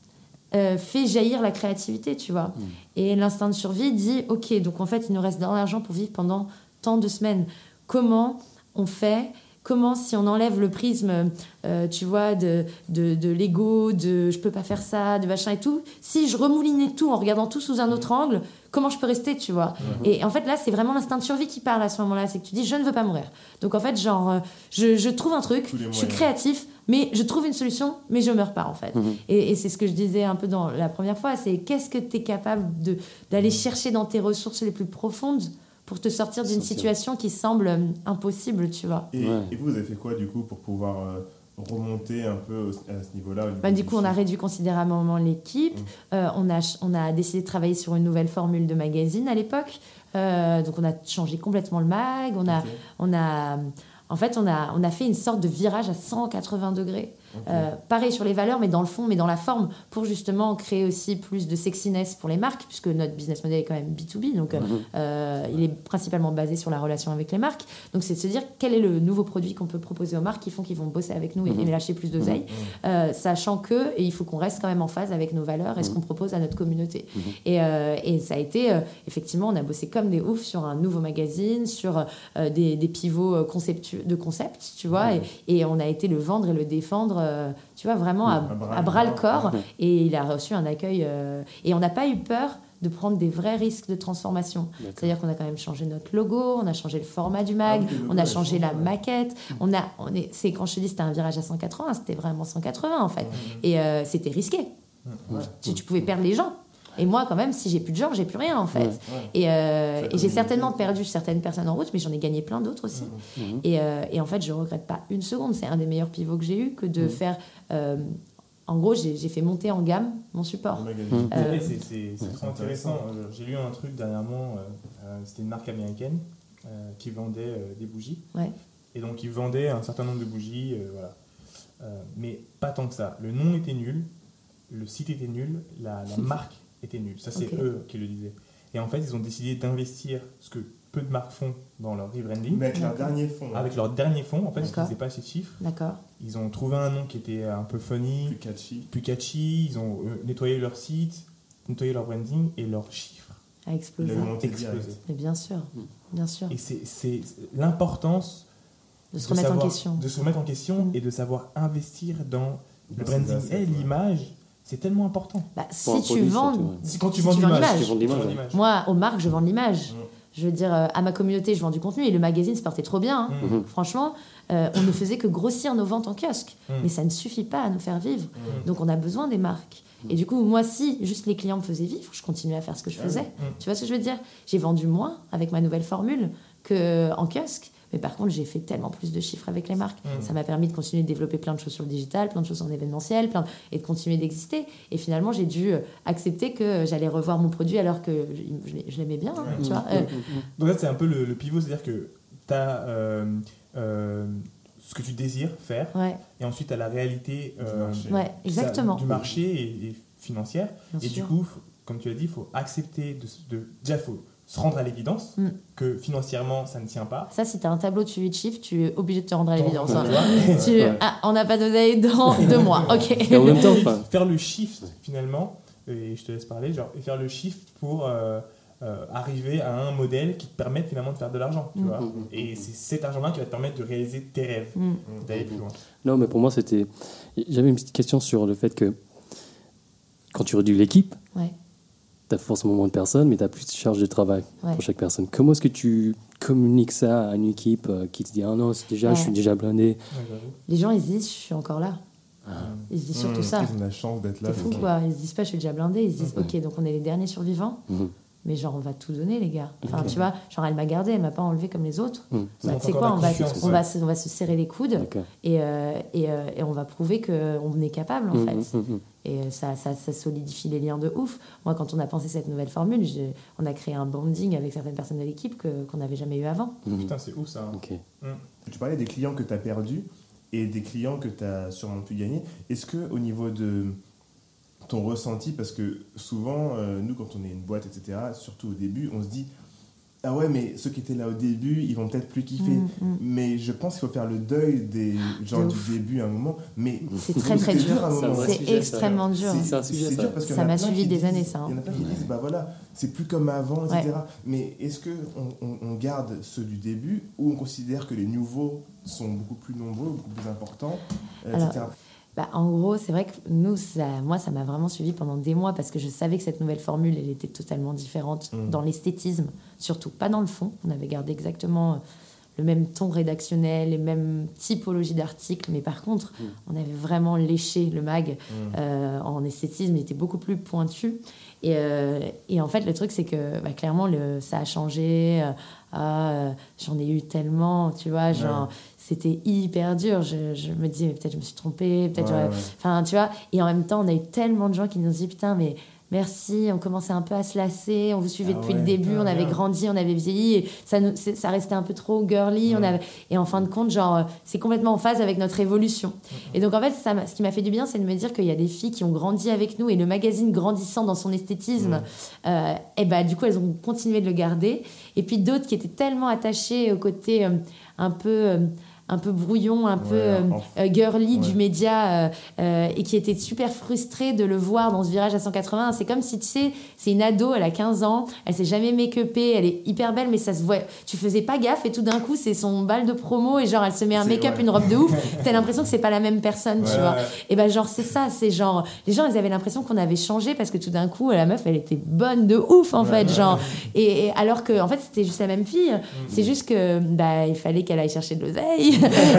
fait jaillir la créativité, tu vois. Et l'instinct de survie dit, ok, donc en fait, il nous reste de l'argent pour vivre pendant tant de semaines. Comment on fait ? Comment, si on enlève le prisme, tu vois, de l'ego, de je peux pas faire ça, de machin et tout, si je remoulinais tout en regardant tout sous un autre angle, comment je peux rester, tu vois. Et en fait, là, c'est vraiment l'instinct de survie qui parle à ce moment-là. C'est que tu dis, je ne veux pas mourir. Donc en fait, genre, je trouve un truc, je suis créatif, mais je trouve une solution, mais je meurs pas, en fait. Et c'est ce que je disais un peu dans la première fois, c'est qu'est-ce que tu es capable d'aller chercher dans tes ressources les plus profondes pour te sortir d'une situation qui semble impossible, tu vois. Et vous avez fait quoi, du coup, pour pouvoir remonter un peu à ce niveau-là Du coup, on a réduit considérablement l'équipe. On a décidé de travailler sur une nouvelle formule de magazine à l'époque. Donc, on a changé complètement le mag. On a fait une sorte de virage à 180 degrés. Pareil sur les valeurs, mais dans le fond, mais dans la forme, pour justement créer aussi plus de sexiness pour les marques, puisque notre business model est quand même B2B, donc il est principalement basé sur la relation avec les marques. Donc c'est de se dire quel est le nouveau produit qu'on peut proposer aux marques qui font qu'ils vont bosser avec nous et lâcher plus d'oseille, sachant et il faut qu'on reste quand même en phase avec nos valeurs et ce qu'on propose à notre communauté. Et ça a été, effectivement, on a bossé comme des oufs sur un nouveau magazine, sur des pivots de concept, tu vois, et on a été le vendre et le défendre tu vois, vraiment à bras le corps. Et il a reçu un accueil. Et on n'a pas eu peur de prendre des vrais risques de transformation. D'accord. C'est-à-dire qu'on a quand même changé notre logo, on a changé le format du mag, on a changé la maquette. C'est quand je te dis c'était un virage à 180, c'était vraiment 180 en fait. Et c'était risqué. Tu pouvais perdre les gens. Et moi, quand même, si j'ai plus de gens, j'ai plus rien, en fait. Et j'ai certainement perdu certaines personnes en route, mais j'en ai gagné plein d'autres aussi. Et en fait, je regrette pas une seconde. C'est un des meilleurs pivots que j'ai eu que de faire... en gros, j'ai fait monter en gamme mon support. C'est trop intéressant. J'ai lu un truc dernièrement. C'était une marque américaine qui vendait des bougies. Et donc, ils vendaient un certain nombre de bougies. Mais pas tant que ça. Le nom était nul. Le site était nul. La marque était nulle. Ça, c'est eux qui le disaient. Et en fait, ils ont décidé d'investir ce que peu de marques font dans leur rebranding. Mais avec leur dernier fonds. Avec leur dernier fonds, en fait, parce qu'ils n'avaient pas assez de chiffres. D'accord. Ils ont trouvé un nom qui était un peu funny, plus catchy. Ils ont nettoyé leur site, nettoyé leur branding et leurs chiffres a explosé. Mais bien sûr, bien sûr. Et c'est l'importance de se remettre en question. De se remettre en question et de savoir investir dans le branding et l'image c'est tellement important. Bah, quand tu vends l'image. Moi, aux marques, je vends de l'image. Je veux dire, à ma communauté, je vends du contenu et le magazine se portait trop bien. Franchement, on ne faisait que grossir nos ventes en kiosque. Mais ça ne suffit pas à nous faire vivre. Donc, on a besoin des marques. Et du coup, moi, si juste les clients me faisaient vivre, je continuais à faire ce que je faisais. Tu vois ce que je veux dire ? J'ai vendu moins avec ma nouvelle formule qu'en kiosque. Mais par contre, j'ai fait tellement plus de chiffres avec les marques. Ça m'a permis de continuer de développer plein de choses sur le digital, plein de choses en événementiel, et de continuer d'exister. Et finalement, j'ai dû accepter que j'allais revoir mon produit alors que je l'aimais bien. Tu vois Donc là, c'est un peu le pivot, c'est-à-dire que tu as ce que tu désires faire, et ensuite tu as la réalité du marché et financière. Bien sûr. Du coup, comme tu l'as dit, il faut accepter déjà, il faut se rendre à l'évidence que financièrement ça ne tient pas. Ça, si tu as un tableau de suivi de chiffres, tu es obligé de te rendre à l'évidence. On n'a pas d'oseille dans 2 mois. Ok. Et en même temps, faire le shift finalement, et je te laisse parler, et faire le shift pour arriver à un modèle qui te permette finalement de faire de l'argent. Tu vois. Et c'est cet argent-là qui va te permettre de réaliser tes rêves, d'aller plus loin. Non, mais pour moi, j'avais une petite question sur le fait que quand tu réduis l'équipe, tu as forcément moins de personnes, mais tu as plus de charge de travail pour chaque personne. Comment est-ce que tu communiques ça à une équipe qui te dit « Ah non, je suis déjà blindé ». Les gens, ils se disent « Je suis encore là ». Ils se disent surtout ça. Ils ont la chance d'être là. C'est fou, quoi. Ils se disent pas « Je suis déjà blindé ». Ils se disent « Ok, donc on est les derniers survivants ». Mais genre, on va tout donner, les gars. Enfin, tu vois, genre, elle m'a gardé, elle m'a pas enlevé comme les autres. Tu sais quoi, on va se serrer les coudes et on va prouver qu'on est capable, en fait. Et ça solidifie les liens de ouf. Moi, quand on a pensé cette nouvelle formule, on a créé un bonding avec certaines personnes de l'équipe qu'on n'avait jamais eu avant. Putain, c'est ouf, ça. Tu parlais des clients que tu as perdus et des clients que tu as sûrement pu gagner. Est-ce qu'au niveau de ton ressenti, parce que souvent, nous, quand on est une boîte, etc., surtout au début, on se dit « Ah ouais, mais ceux qui étaient là au début, ils vont peut-être plus kiffer. » Mais je pense qu'il faut faire le deuil des gens du début à un moment. Mais c'est très, très dur. C'est extrêmement dur. C'est dur parce que ça m'a suivi des années, ça. Il y en a plein qui disent « Bah voilà, c'est plus comme avant, etc. » Mais est-ce qu'on garde ceux du début ou on considère que les nouveaux sont beaucoup plus nombreux, beaucoup plus importants, etc. En gros, c'est vrai que nous, moi, ça m'a vraiment suivi pendant des mois parce que je savais que cette nouvelle formule, elle était totalement différente dans l'esthétisme, surtout pas dans le fond. On avait gardé exactement le même ton rédactionnel, les mêmes typologies d'articles, mais par contre, on avait vraiment léché le mag en esthétisme, il était beaucoup plus pointu. Et en fait, le truc, c'est que clairement, ça a changé. J'en ai eu tellement, tu vois, genre... C'était hyper dur. Je me disais, mais peut-être je me suis trompée, peut-être j'aurais... Enfin, tu vois. Et en même temps, on a eu tellement de gens qui nous ont dit, putain, mais merci, on commençait un peu à se lasser, on vous suivait depuis le début, on avait grandi, on avait vieilli, et ça restait un peu trop girly. Et en fin de compte, genre, c'est complètement en phase avec notre évolution. Et donc, en fait, ce qui m'a fait du bien, c'est de me dire qu'il y a des filles qui ont grandi avec nous, et le magazine grandissant dans son esthétisme, du coup, elles ont continué de le garder. Et puis d'autres qui étaient tellement attachées au côté un peu brouillon, un peu girly du média et qui était super frustrée de le voir dans ce virage à 180. C'est comme si, tu sais, c'est une ado, elle a 15 ans, elle s'est jamais make-upée, elle est hyper belle, mais ça se voit, tu faisais pas gaffe et tout d'un coup, c'est son bal de promo et genre, elle se met un make-up, une robe de ouf, t'as l'impression que c'est pas la même personne, tu vois. Et genre, c'est ça, c'est genre, les gens, ils avaient l'impression qu'on avait changé parce que tout d'un coup, la meuf, elle était bonne de ouf, en fait, genre. Et alors que, en fait, c'était juste la même fille, c'est juste que, il fallait qu'elle aille chercher de l'oseille.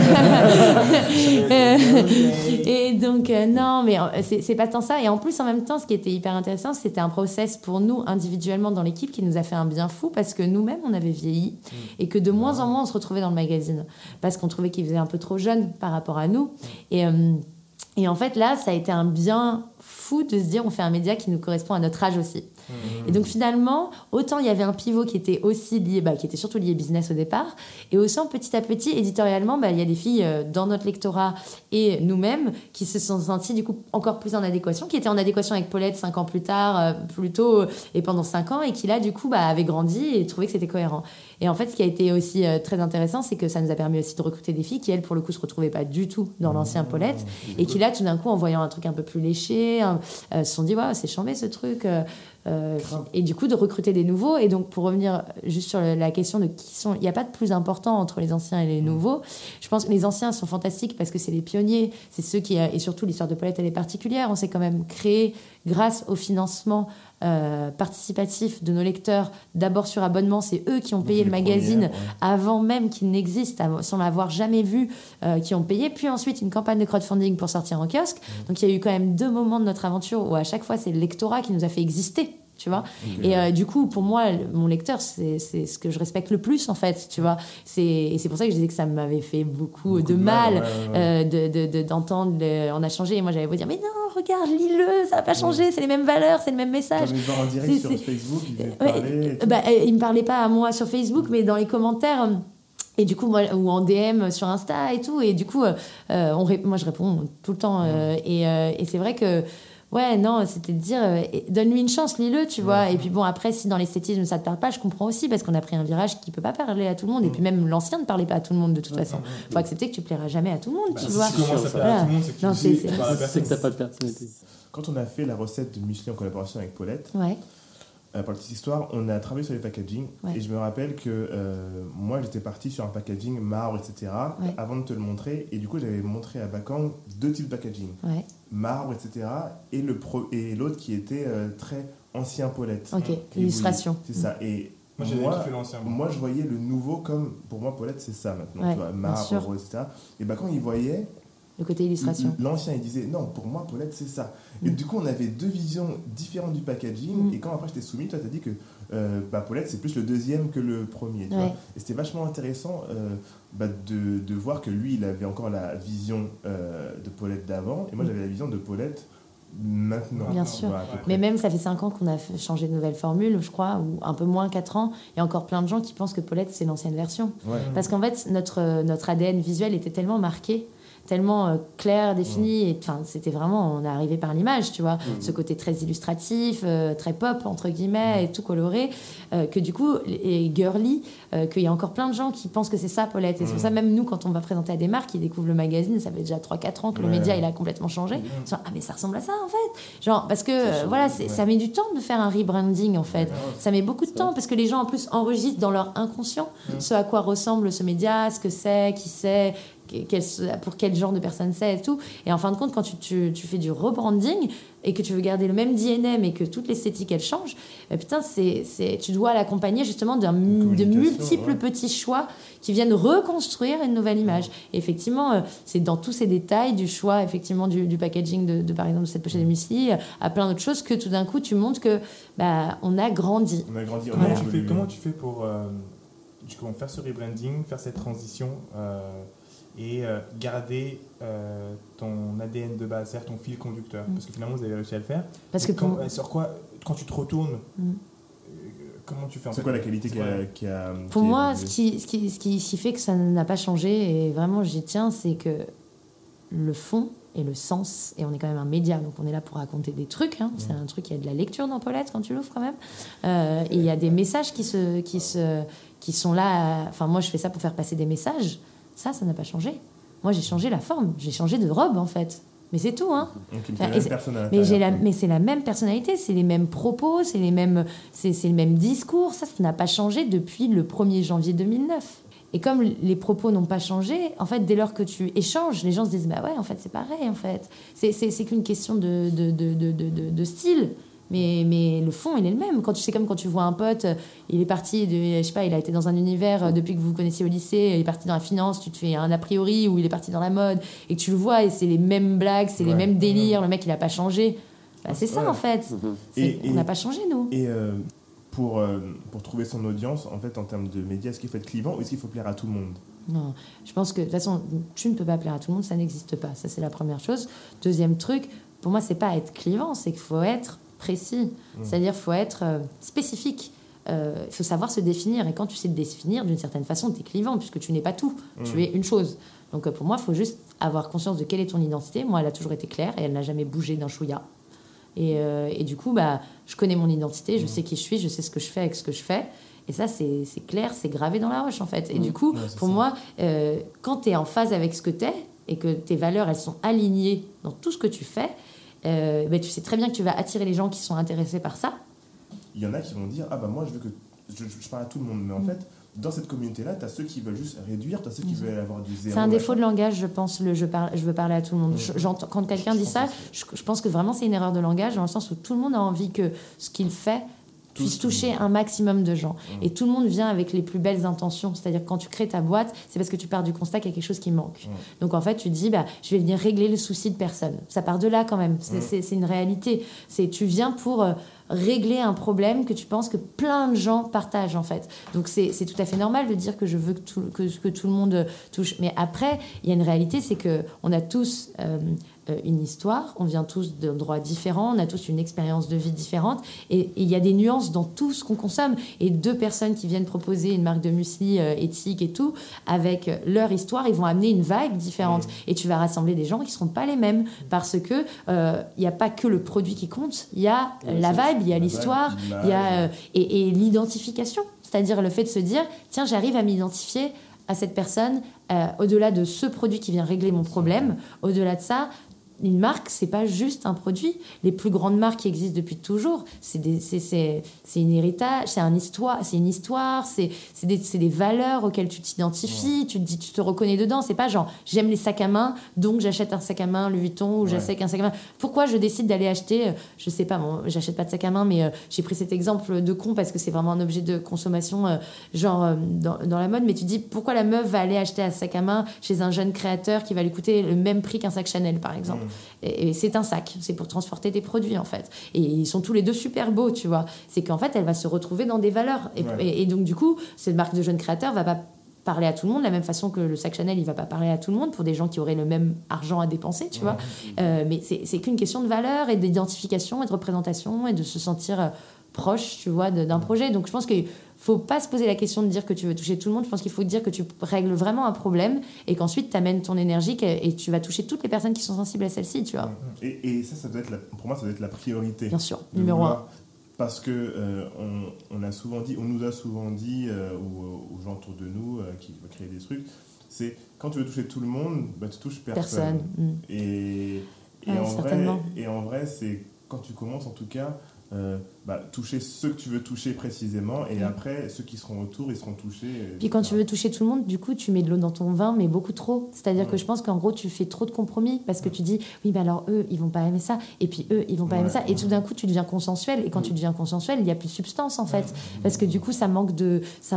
Et donc non, mais c'est pas tant ça. Et en plus, en même temps, ce qui était hyper intéressant, c'était un process pour nous individuellement dans l'équipe qui nous a fait un bien fou parce que nous-mêmes on avait vieilli et que de moins en moins on se retrouvait dans le magazine parce qu'on trouvait qu'il faisait un peu trop jeune par rapport à nous. Et en fait là, ça a été un bien fou de se dire on fait un média qui nous correspond à notre âge aussi. Et donc finalement, autant il y avait un pivot qui était aussi lié, qui était surtout lié business au départ, et autant petit à petit, éditorialement, il y a des filles dans notre lectorat et nous-mêmes qui se sont senties du coup encore plus en adéquation, qui étaient en adéquation avec Paulette 5 ans plus tard, plutôt, et pendant 5 ans, et qui là du coup avaient grandi et trouvaient que c'était cohérent. Et en fait, ce qui a été aussi très intéressant, c'est que ça nous a permis aussi de recruter des filles qui, elles, pour le coup, se retrouvaient pas du tout dans l'ancien Paulette, et qui là, tout d'un coup, en voyant un truc un peu plus léché, se sont dit, waouh, c'est chambé ce truc. et du coup de recruter des nouveaux. Et donc pour revenir juste sur la question de qui sont, il n'y a pas de plus important entre les anciens et les nouveaux. Je pense que les anciens sont fantastiques parce que c'est les pionniers, c'est ceux qui, et surtout l'histoire de Paulette elle est particulière, on s'est quand même créé grâce au financement participatif de nos lecteurs, d'abord sur abonnement, c'est eux qui ont payé le magazine avant même qu'il n'existe, sans l'avoir jamais vu, qui ont payé, puis ensuite une campagne de crowdfunding pour sortir en kiosque. Donc il y a eu quand même 2 moments de notre aventure où à chaque fois c'est le lectorat qui nous a fait exister. Tu vois, et du coup pour moi mon lecteur c'est ce que je respecte le plus en fait, tu vois, et c'est pour ça que je disais que ça m'avait fait beaucoup de mal d'entendre on a changé, et moi j'avais beau dire mais non regarde lis-le, ça n'a pas changé, c'est les mêmes valeurs, c'est le même message. Comme il va en direct sur Facebook, il me parlait pas à moi sur Facebook mais dans les commentaires. Et du coup, moi, ou en DM sur Insta et tout, et du coup moi je réponds tout le temps, et c'est vrai que ouais, non, c'était de dire donne-lui une chance, lis-le, tu vois. Et puis bon, après, si dans l'esthétisme ça te parle pas, je comprends aussi, parce qu'on a pris un virage qui peut pas parler à tout le monde. Et puis même l'ancien ne parlait pas à tout le monde de toute façon. Faut accepter que tu plairas jamais à tout le monde, tu vois. Si tu commences à plaire à tout le monde, c'est que t'as pas de personnalité. Quand on a fait la recette de Muesli en collaboration avec Paulette, pour la petite histoire, on a travaillé sur les packaging, et je me rappelle que moi j'étais parti sur un packaging marbre, etc. avant de te le montrer, et du coup j'avais montré à Bakang 2 types de packaging, marbre, etc. et l'autre qui était très ancien Paulette. Illustration. C'est ça. Et moi j'avais kiffé l'ancien. Moi je voyais le nouveau comme, pour moi Paulette c'est ça maintenant, tu vois, marbre, etc. Et Bakang il voyait le côté illustration. L'ancien, il disait non, pour moi, Paulette, c'est ça. Et du coup, on avait 2 visions différentes du packaging. Et quand après je t'ai soumis, toi, t'as dit que Paulette, c'est plus le deuxième que le premier. Tu vois. Et c'était vachement intéressant de voir que lui, il avait encore la vision de Paulette d'avant. Et moi, j'avais la vision de Paulette maintenant. Bien sûr. Mais même, ça fait 5 ans qu'on a changé de nouvelle formule, je crois, ou un peu moins, 4 ans. Il y a encore plein de gens qui pensent que Paulette, c'est l'ancienne version. Parce qu'en fait, notre ADN visuel était tellement marqué, tellement clair, défini, et c'était vraiment, on est arrivé par l'image, tu vois, ce côté très illustratif, très pop entre guillemets, et tout coloré, que du coup, et girly, qu'il y a encore plein de gens qui pensent que c'est ça Paulette, et c'est pour ça même nous quand on va présenter à des marques qui découvrent le magazine, ça fait déjà 3-4 ans que le média il a complètement changé, ah mais ça ressemble à ça en fait, genre parce que voilà, ça met du temps de faire un rebranding en fait, ça met beaucoup de temps parce que les gens en plus enregistrent dans leur inconscient ce à quoi ressemble ce média, ce que c'est, qui c'est, pour quel genre de personne c'est et tout. Et en fin de compte, quand tu fais du rebranding et que tu veux garder le même DNA mais que toute l'esthétique elle change, tu dois l'accompagner justement de multiples petits choix qui viennent reconstruire une nouvelle image. Et effectivement, c'est dans tous ces détails du choix effectivement du packaging de par exemple de cette pochette de muesli à plein d'autres choses que tout d'un coup tu montres que on a grandi. Comment tu fais pour faire ce rebranding, faire cette transition et garder ton ADN de base, c'est-à-dire ton fil conducteur, parce que finalement vous avez réussi à le faire. Parce que quand tu te retournes, comment tu fais c'est quoi la qualité qui a pour moi, ce qui fait que ça n'a pas changé, et vraiment j'y tiens, c'est que le fond et le sens, et on est quand même un média, donc on est là pour raconter des trucs, c'est un truc, il y a de la lecture dans Paulette quand tu l'ouvres quand même, et il y a des messages qui sont là, enfin moi je fais ça pour faire passer des messages. Ça n'a pas changé. Moi, j'ai changé la forme. J'ai changé de robe, en fait. Mais c'est tout, hein. Donc, il fait la même personne à mais c'est la même personnalité, c'est les mêmes propos, c'est le même discours. Ça n'a pas changé depuis le 1er janvier 2009. Et comme les propos n'ont pas changé, en fait, dès lors que tu échanges, les gens se disent « Bah ouais, en fait, c'est pareil, en fait. » C'est qu'une question de style. Mais le fond, il est le même. C'est comme quand tu vois un pote, il est parti, je sais pas, il a été dans un univers depuis que vous vous connaissiez au lycée, il est parti dans la finance, tu te fais un a priori, ou il est parti dans la mode, et que tu le vois, et c'est les mêmes blagues, c'est les mêmes délires, le mec, il a pas changé. C'est ça, en fait. On n'a pas changé, nous. Et pour trouver son audience, en fait, en termes de médias, est-ce qu'il faut être clivant ou est-ce qu'il faut plaire à tout le monde ? Non, je pense que, de toute façon, tu ne peux pas plaire à tout le monde, ça n'existe pas. Ça, c'est la première chose. Deuxième truc, pour moi, c'est pas être clivant, c'est qu'il faut être précis, c'est-à-dire faut être spécifique, il faut savoir se définir, et quand tu sais te définir d'une certaine façon, tu es clivant puisque tu n'es pas tout, tu es une chose. Donc pour moi, il faut juste avoir conscience de quelle est ton identité. Moi, elle a toujours été claire et elle n'a jamais bougé d'un chouïa, et du coup je connais mon identité, je sais qui je suis, je sais ce que je fais avec ce que je fais, et ça c'est clair, c'est gravé dans la roche en fait. Et du coup pour moi, quand tu es en phase avec ce que tu es et que tes valeurs elles sont alignées dans tout ce que tu fais, tu sais très bien que tu vas attirer les gens qui sont intéressés par ça, il y en a qui vont dire, moi, je veux que je parle à tout le monde. Mais en fait, dans cette communauté-là, tu as ceux qui veulent juste réduire, tu as ceux qui veulent avoir du zéro. C'est un défaut de langage, je pense, je veux parler à tout le monde. Quand quelqu'un dit ça, je pense que vraiment c'est une erreur de langage, dans le sens où tout le monde a envie que ce qu'il fait puisse toucher un maximum de gens. Et tout le monde vient avec les plus belles intentions. C'est-à-dire que quand tu crées ta boîte, c'est parce que tu pars du constat qu'il y a quelque chose qui manque. Donc en fait, tu te dis, je vais venir régler le souci de personne. Ça part de là quand même. C'est une réalité. Tu viens pour régler un problème que tu penses que plein de gens partagent en fait. Donc c'est tout à fait normal de dire que je veux que tout le monde touche. Mais après, il y a une réalité, c'est qu'on a tous une histoire, on vient tous d'endroits différents, on a tous une expérience de vie différente, et il y a des nuances dans tout ce qu'on consomme. Et deux personnes qui viennent proposer une marque de muesli éthique et tout, avec leur histoire, ils vont amener une vibe différente. Et tu vas rassembler des gens qui ne seront pas les mêmes, parce que il n'y a pas que le produit qui compte, il y a la vibe, il y a l'histoire, il y a et l'identification, c'est-à-dire le fait de se dire, tiens, j'arrive à m'identifier à cette personne, au-delà de ce produit qui vient régler mon problème, au-delà de ça. Une marque, c'est pas juste un produit. Les plus grandes marques qui existent depuis toujours, c'est une héritage, c'est une histoire, c'est des valeurs auxquelles tu t'identifies, tu te dis, tu te reconnais dedans. C'est pas genre, j'aime les sacs à main, donc j'achète un sac à main Louis Vuitton ou j'achète un sac à main. Pourquoi je décide d'aller acheter, je sais pas, j'achète pas de sac à main, mais j'ai pris cet exemple de con parce que c'est vraiment un objet de consommation, dans la mode. Mais tu te dis, pourquoi la meuf va aller acheter un sac à main chez un jeune créateur qui va lui coûter le même prix qu'un sac Chanel, par exemple. Et c'est un sac, c'est pour transporter des produits en fait, et ils sont tous les deux super beaux, tu vois. C'est qu'en fait elle va se retrouver dans des valeurs, et donc du coup cette marque de jeunes créateurs va pas parler à tout le monde de la même façon que le sac Chanel il va pas parler à tout le monde pour des gens qui auraient le même argent à dépenser, tu vois. Mais c'est qu'une question de valeur et d'identification et de représentation et de se sentir proche, tu vois, d'un projet. Donc je pense que faut pas se poser la question de dire que tu veux toucher tout le monde. Je pense qu'il faut dire que tu règles vraiment un problème et qu'ensuite tu amènes ton énergie et tu vas toucher toutes les personnes qui sont sensibles à celle-ci, tu vois. Et ça doit être pour moi, ça doit être la priorité. Bien sûr, numéro 1. Parce que on nous a souvent dit aux gens autour de nous qui veulent créer des trucs, c'est quand tu veux toucher tout le monde, tu touches personne. Et en vrai, c'est quand tu commences en tout cas. Toucher ceux que tu veux toucher précisément, et après ceux qui seront autour ils seront touchés. Puis quand tu veux toucher tout le monde, du coup tu mets de l'eau dans ton vin, mais beaucoup trop. C'est-à-dire que je pense qu'en gros tu fais trop de compromis parce que tu dis oui, alors eux ils vont pas aimer ça, et puis eux ils vont pas aimer ça, et tout d'un coup tu deviens consensuel, et quand tu deviens consensuel il y a plus de substance en fait, parce que du coup ça manque de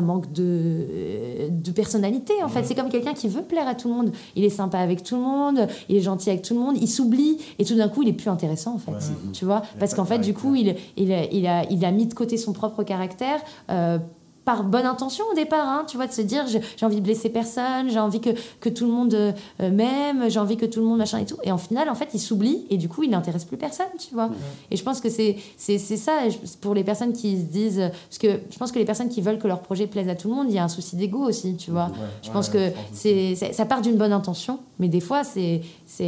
personnalité en fait. C'est comme quelqu'un qui veut plaire à tout le monde, il est sympa avec tout le monde, il est gentil avec tout le monde, il s'oublie et tout d'un coup il est plus intéressant en fait, tu vois, parce qu'en fait du coup il a mis de côté son propre caractère par bonne intention au départ, tu vois, de se dire j'ai envie de blesser personne, j'ai envie que tout le monde m'aime, j'ai envie que tout le monde machin et tout, et en final en fait il s'oublie et du coup il n'intéresse plus personne, tu vois. Et je pense que c'est ça pour les personnes qui se disent, parce que je pense que les personnes qui veulent que leur projet plaise à tout le monde, il y a un souci d'ego aussi, tu vois. Je pense que ça part d'une bonne intention, mais des fois c'est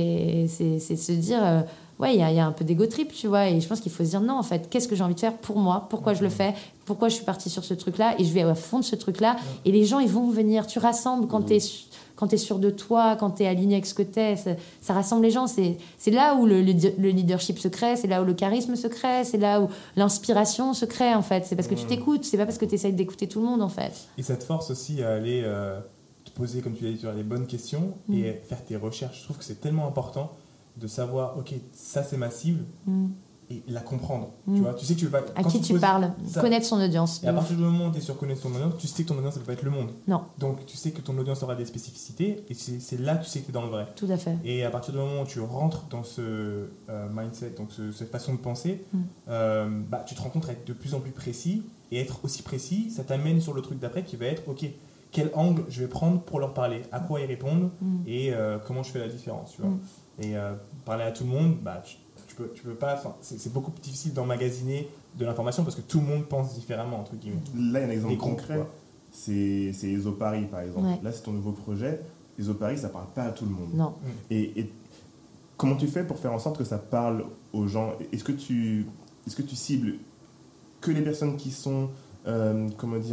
se dire il y a un peu d'égo trip, tu vois, et je pense qu'il faut se dire non, en fait, qu'est-ce que j'ai envie de faire pour moi, pourquoi je le fais, pourquoi je suis partie sur ce truc-là, et je vais à fond de ce truc-là, et les gens, ils vont venir, tu rassembles quand t'es sûr de toi, quand t'es aligné avec ce que t'es, ça rassemble les gens, c'est là où le leadership se crée, c'est là où le charisme se crée, c'est là où l'inspiration se crée, en fait, c'est parce que tu t'écoutes, c'est pas parce que t'essayes d'écouter tout le monde, en fait. Et ça te force aussi à aller te poser, comme tu l'as dit, les bonnes questions, et faire tes recherches. Je trouve que c'est tellement important de savoir, ok, ça c'est ma cible, et la comprendre. Tu vois, tu sais que tu veux pas. À qui tu parles, connaître son audience. Et à partir du moment où tu es sur connaître son audience, tu sais que ton audience ça peut pas être le monde. Non. Donc tu sais que ton audience aura des spécificités, et c'est là que tu sais que tu es dans le vrai. Tout à fait. Et à partir du moment où tu rentres dans ce mindset, donc cette façon de penser, tu te rends compte d'être de plus en plus précis, et être aussi précis, ça t'amène sur le truc d'après qui va être, ok, quel angle je vais prendre pour leur parler, à quoi ils répondent, et comment je fais la différence, tu vois. Et parler à tout le monde, tu peux pas, c'est beaucoup plus difficile d'emmagasiner de l'information parce que tout le monde pense différemment, entre guillemets. Là, il y a un exemple concret, c'est EsoParis par exemple. Là, c'est ton nouveau projet. EsoParis, ça parle pas à tout le monde. Non. Et comment tu fais pour faire en sorte que ça parle aux gens? Est-ce que tu cibles que les personnes qui sont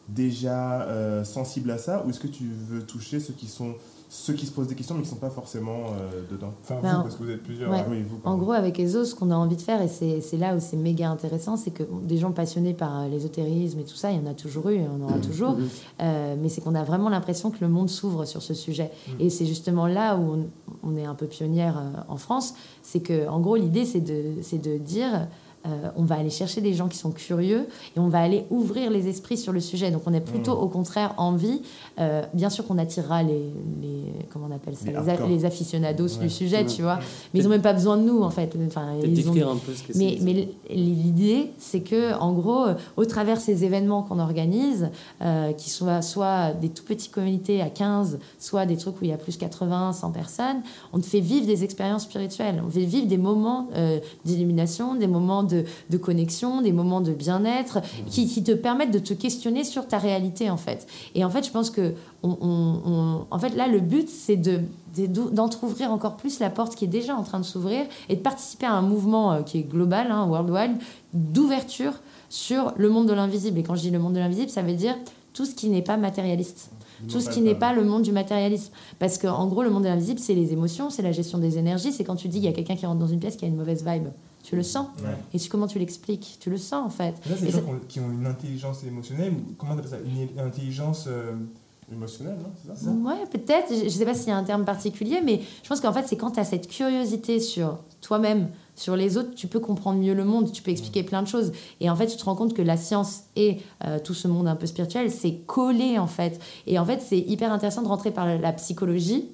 déjà sensibles à ça, ou est-ce que tu veux toucher ceux qui se posent des questions mais qui ne sont pas forcément dedans? Enfin, vous, parce que vous êtes plusieurs. Ouais. Oui, vous, en gros, avec ESO, ce qu'on a envie de faire, et c'est là où c'est méga intéressant, c'est que des gens passionnés par l'ésotérisme et tout ça, il y en a toujours eu et on en aura toujours, mais c'est qu'on a vraiment l'impression que le monde s'ouvre sur ce sujet. Et c'est justement là où on est un peu pionnière en France, c'est que, en gros, l'idée, c'est de dire... on va aller chercher des gens qui sont curieux et on va aller ouvrir les esprits sur le sujet. Donc on est plutôt au contraire envie. Bien sûr qu'on attirera comment on appelle ça, les aficionados du sujet, tu vois. Mais ils n'ont même pas besoin de nous en fait. Enfin, décrire un peu ce que c'est. Mais l'idée, c'est que en gros, au travers ces événements qu'on organise, qui soient soit des tout petits comités à 15, soit des trucs où il y a plus 80, 100 personnes, on te fait vivre des expériences spirituelles. On fait vivre des moments d'illumination, des moments de connexion, des moments de bien-être qui te permettent de te questionner sur ta réalité en fait. Et en fait, je pense que en fait, là, le but, c'est d'entrouvrir encore plus la porte qui est déjà en train de s'ouvrir et de participer à un mouvement qui est global, worldwide, d'ouverture sur le monde de l'invisible. Et quand je dis le monde de l'invisible, ça veut dire tout ce qui n'est pas matérialiste. Tout ce qui n'est pas le monde du matérialisme. Parce qu'en gros, le monde de l'invisible, c'est les émotions, c'est la gestion des énergies, c'est quand tu dis qu'il y a quelqu'un qui rentre dans une pièce qui a une mauvaise vibe. Tu le sens. Ouais. Et comment tu l'expliques? Tu le sens, en fait. Là, c'est des gens qui ont une intelligence émotionnelle, ou comment on appelle ça? Une intelligence émotionnelle, non? C'est ça? Ouais, peut-être. Je ne sais pas s'il y a un terme particulier, mais je pense qu'en fait, c'est quand tu as cette curiosité sur toi-même, sur les autres, tu peux comprendre mieux le monde, tu peux expliquer plein de choses. Et en fait, tu te rends compte que la science et tout ce monde un peu spirituel, c'est collé, en fait. Et en fait, c'est hyper intéressant de rentrer par la psychologie.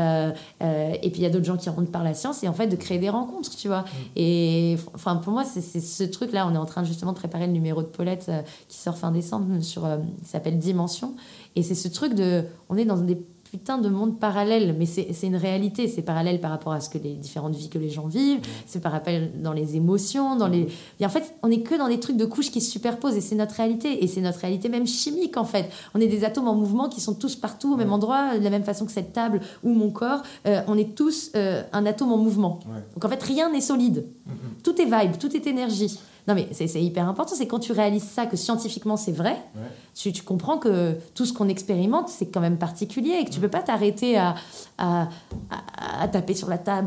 Et puis, il y a d'autres gens qui rentrent par la science. Et en fait, de créer des rencontres, tu vois. Et enfin, pour moi, c'est ce truc-là. On est en train justement de préparer le numéro de Paulette qui sort fin décembre, qui s'appelle Dimension. Et c'est ce truc de... On est dans des putain de monde parallèle, mais c'est une réalité, c'est parallèle par rapport à ce que les différentes vies que les gens vivent, c'est parallèle dans les émotions, et en fait, on n'est que dans des trucs de couches qui se superposent, et c'est notre réalité, et c'est notre réalité même chimique, en fait. On est des atomes en mouvement qui sont tous partout, au même endroit, de la même façon que cette table ou mon corps, on est tous un atome en mouvement. Donc en fait, rien n'est solide. Tout est vibe, tout est énergie. Non mais c'est hyper important, c'est quand tu réalises ça, que scientifiquement c'est vrai, tu comprends que tout ce qu'on expérimente c'est quand même particulier et que tu peux pas t'arrêter à taper sur la table,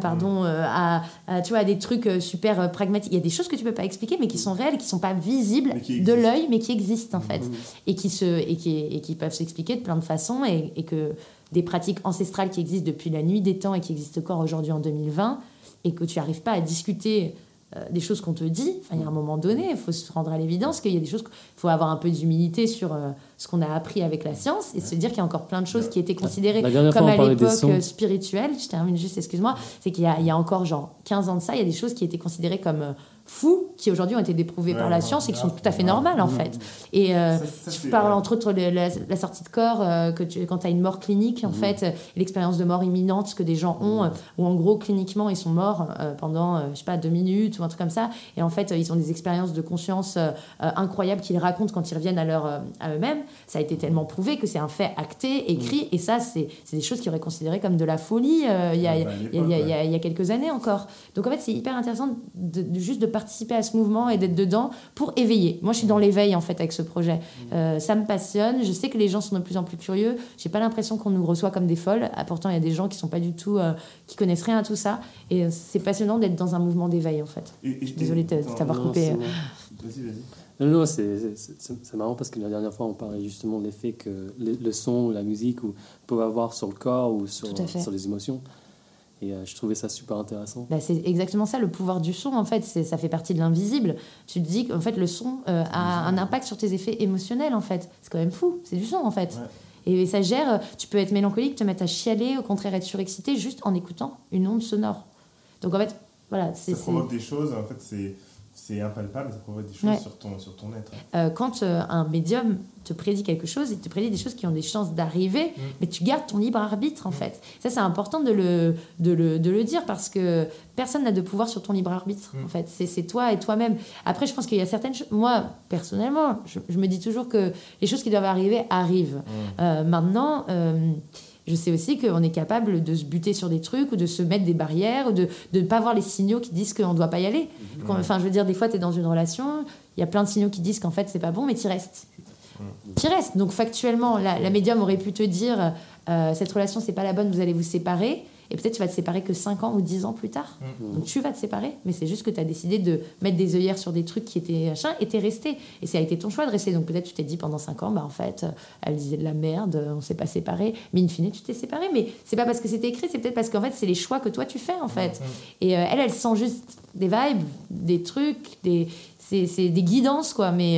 tu vois, à des trucs super pragmatiques. Il y a des choses que tu peux pas expliquer mais qui sont réelles, qui sont pas visibles de l'œil mais qui existent en fait et qui peuvent s'expliquer de plein de façons et que des pratiques ancestrales qui existent depuis la nuit des temps et qui existent encore aujourd'hui en 2020 et que tu arrives pas à discuter des choses qu'on te dit. Enfin, il y a un moment donné, il faut se rendre à l'évidence qu'il y a des choses qu'il faut avoir un peu d'humilité sur ce qu'on a appris avec la science et se dire qu'il y a encore plein de choses qui étaient considérées comme à l'époque spirituelles. Je termine juste, excuse-moi. C'est qu'il y a encore genre 15 ans de ça, il y a des choses qui étaient considérées comme fous, qui aujourd'hui ont été déprouvées par la science et qui sont tout à fait normales en fait. Et je parle entre autres de la sortie de corps, quand tu as une mort clinique en fait, l'expérience de mort imminente que des gens ont, où en gros cliniquement ils sont morts pendant je sais pas 2 minutes ou un truc comme ça, et en fait ils ont des expériences de conscience incroyables qu'ils racontent quand ils reviennent à eux-mêmes. Ça a été tellement prouvé que c'est un fait acté, écrit, et ça c'est des choses qu'ils auraient considérées comme de la folie il y a quelques années encore. Donc en fait c'est hyper intéressant juste de participer à ce mouvement et d'être dedans pour éveiller. Moi, je suis dans l'éveil, en fait, avec ce projet. Ça me passionne. Je sais que les gens sont de plus en plus curieux. J'ai pas l'impression qu'on nous reçoit comme des folles. Pourtant, il y a des gens qui sont pas du tout... qui connaissent rien à tout ça. Et c'est passionnant d'être dans un mouvement d'éveil, en fait. Désolée de t'avoir coupé. Vas-y. Non, c'est marrant parce que la dernière fois, on parlait justement de l'effet que le son, la musique peuvent avoir sur le corps ou sur les émotions. Et je trouvais ça super intéressant. C'est exactement ça, le pouvoir du son, en fait. Ça fait partie de l'invisible. Tu te dis qu'en fait, le son a un impact sur tes effets émotionnels, en fait. C'est quand même fou. C'est du son, en fait. Et ça gère... Tu peux être mélancolique, te mettre à chialer, au contraire, être surexcité, juste en écoutant une onde sonore. Donc, en fait, voilà. Ça provoque des choses, en fait, c'est impalpable, ça provoque des choses sur ton être. Quand un médium te prédit quelque chose, il te prédit des choses qui ont des chances d'arriver, mais tu gardes ton libre arbitre, en fait. Ça, c'est important de le dire, parce que personne n'a de pouvoir sur ton libre arbitre, en fait. C'est toi et toi-même. Après, je pense qu'il y a certaines choses... Moi, personnellement, je me dis toujours que les choses qui doivent arriver arrivent. Maintenant... je sais aussi qu'on est capable de se buter sur des trucs ou de se mettre des barrières ou de ne pas voir les signaux qui disent qu'on ne doit pas y aller. Enfin, je veux dire, des fois, tu es dans une relation, il y a plein de signaux qui disent qu'en fait, c'est pas bon, mais tu y restes. qui reste. Donc factuellement, la médium aurait pu te dire cette relation, c'est pas la bonne, vous allez vous séparer. Et peut-être tu vas te séparer que 5 ans ou 10 ans plus tard. Donc tu vas te séparer, mais c'est juste que tu as décidé de mettre des œillères sur des trucs qui étaient machin, et t'es resté. Et ça a été ton choix de rester. Donc peut-être tu t'es dit pendant 5 ans, bah en fait, elle disait de la merde, on s'est pas séparés. Mais in fine, tu t'es séparé. Mais c'est pas parce que c'était écrit, c'est peut-être parce qu'en fait, c'est les choix que toi tu fais, en fait. Et elle sent juste des vibes, des trucs, c'est des guidances, quoi. Mais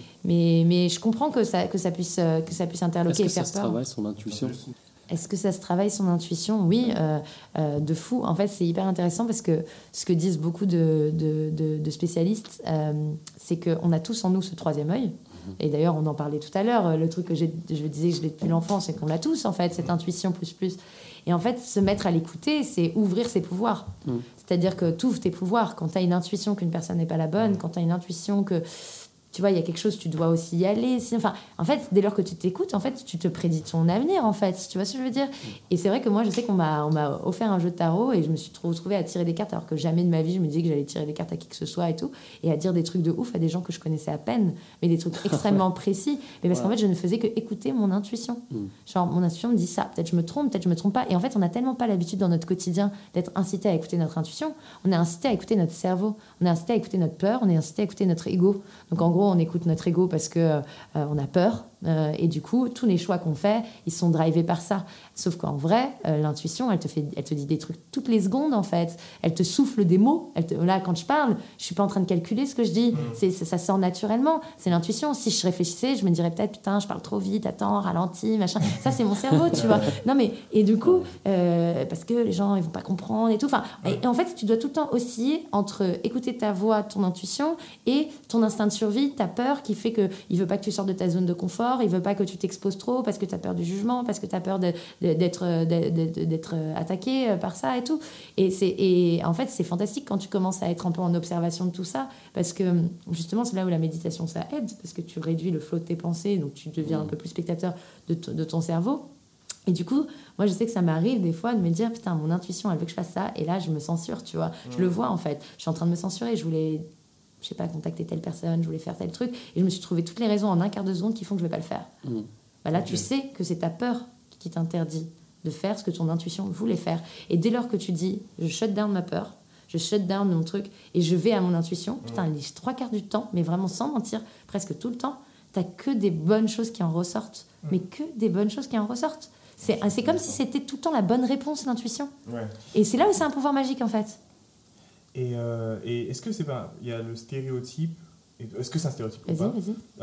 je comprends que ça puisse interloquer et faire peur. Est-ce que ça se travaille son intuition ? Est-ce que ça se travaille son intuition ? Oui, de fou. En fait, c'est hyper intéressant parce que ce que disent beaucoup de spécialistes, c'est qu'on a tous en nous ce troisième œil. Et d'ailleurs, on en parlait tout à l'heure. Le truc que je disais que je l'ai depuis l'enfance, c'est qu'on l'a tous, en fait, cette intuition plus. Et en fait, se mettre à l'écouter, c'est ouvrir ses pouvoirs. C'est-à-dire que tu ouvres tes pouvoirs. Quand tu as une intuition qu'une personne n'est pas la bonne, quand tu as une intuition que... Tu vois, il y a quelque chose, tu dois aussi y aller. Enfin, en fait, dès lors que tu t'écoutes, en fait, tu te prédis ton avenir, en fait. Tu vois ce que je veux dire ? Et c'est vrai que moi, je sais qu'on m'a offert un jeu de tarot et je me suis retrouvée à tirer des cartes alors que jamais de ma vie, je me disais que j'allais tirer des cartes à qui que ce soit et tout. Et à dire des trucs de ouf à des gens que je connaissais à peine, mais des trucs extrêmement précis. Mais parce qu'en fait, je ne faisais que écouter mon intuition. Genre, mon intuition me dit ça. Peut-être je me trompe, peut-être je me trompe pas. Et en fait, on n'a tellement pas l'habitude dans notre quotidien d'être incité à écouter notre intuition. On est incité à écouter notre cerveau. On est incité à écouter notre peur. On est incité à écouter notre ego. Donc, en gros, on écoute notre ego parce que on a peur et du coup tous les choix qu'on fait ils sont drivés par ça, sauf qu'en vrai l'intuition elle te dit des trucs toutes les secondes en fait, elle te souffle des mots, là quand je parle je suis pas en train de calculer ce que je dis, ça sort naturellement, c'est l'intuition. Si je réfléchissais je me dirais peut-être putain je parle trop vite, attends ralentis machin, ça c'est mon cerveau tu vois. Non mais et du coup parce que les gens ils vont pas comprendre et tout, enfin et en fait tu dois tout le temps osciller entre écouter ta voix, ton intuition et ton instinct de survie, ta peur qui fait que il veut pas que tu sortes de ta zone de confort, il veut pas que tu t'exposes trop parce que tu as peur du jugement, parce que tu as peur d'être attaqué par ça et tout. Et en fait, c'est fantastique quand tu commences à être un peu en observation de tout ça, parce que justement, c'est là où la méditation, ça aide, parce que tu réduis le flot de tes pensées, donc tu deviens un peu plus spectateur de ton cerveau. Et du coup, moi, je sais que ça m'arrive des fois de me dire, putain, mon intuition, elle veut que je fasse ça, et là, je me censure, tu vois. Je le vois, en fait. Je suis en train de me censurer, je voulais... je sais pas, contacter telle personne, je voulais faire tel truc, et je me suis trouvé toutes les raisons en un quart de seconde qui font que je vais pas le faire. Bah là, tu sais que c'est ta peur qui t'interdit de faire ce que ton intuition voulait faire. Et dès lors que tu dis, je shut down ma peur, je shut down mon truc, et je vais à mon intuition, putain, les 3/4 du temps, mais vraiment sans mentir, presque tout le temps, t'as que des bonnes choses qui en ressortent. Mais que des bonnes choses qui en ressortent. C'est comme si c'était tout le temps la bonne réponse, l'intuition. Et c'est là où c'est un pouvoir magique, en fait. Et est-ce que c'est pas... Il y a le stéréotype... Est-ce que c'est un stéréotype ou pas ?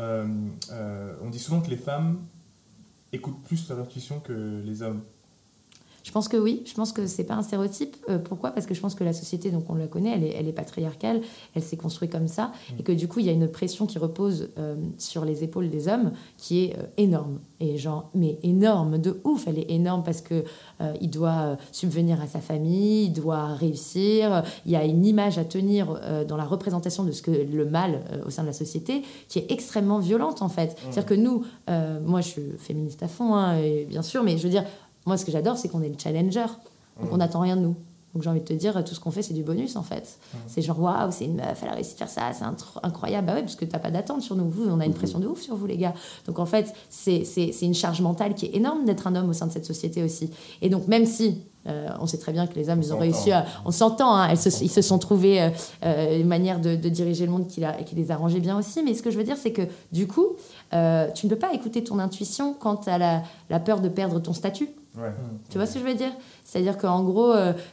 On dit souvent que les femmes écoutent plus leur intuition que les hommes. Je pense que oui, je pense que c'est pas un stéréotype. Pourquoi ? Parce que je pense que la société, donc on la connaît, elle est patriarcale, elle s'est construite comme ça, et que du coup il y a une pression qui repose sur les épaules des hommes qui est énorme, et genre mais énorme de ouf. Elle est énorme parce que il doit subvenir à sa famille, il doit réussir. Il y a une image à tenir dans la représentation de ce que le mal au sein de la société qui est extrêmement violente en fait. C'est-à-dire que nous, moi je suis féministe à fond, hein, et bien sûr, mais je veux dire. Moi, ce que j'adore, c'est qu'on est le challenger. Donc, on n'attend rien de nous. Donc, j'ai envie de te dire, tout ce qu'on fait, c'est du bonus, en fait. C'est genre, waouh, c'est une meuf, elle a réussi à faire ça, c'est incroyable. Bah ouais, parce que t'as pas d'attente sur nous. Vous, on a une pression de ouf sur vous, les gars. Donc, en fait, c'est une charge mentale qui est énorme d'être un homme au sein de cette société aussi. Et donc, même si... on sait très bien que les hommes, ils ont réussi à... On s'entend, hein, ils se sont trouvés une manière de diriger le monde qui les arrangeait bien aussi. Mais ce que je veux dire, c'est que, du coup, tu ne peux pas écouter ton intuition quand tu as la peur de perdre ton statut. Tu vois ce que je veux dire ? C'est-à-dire qu'en gros,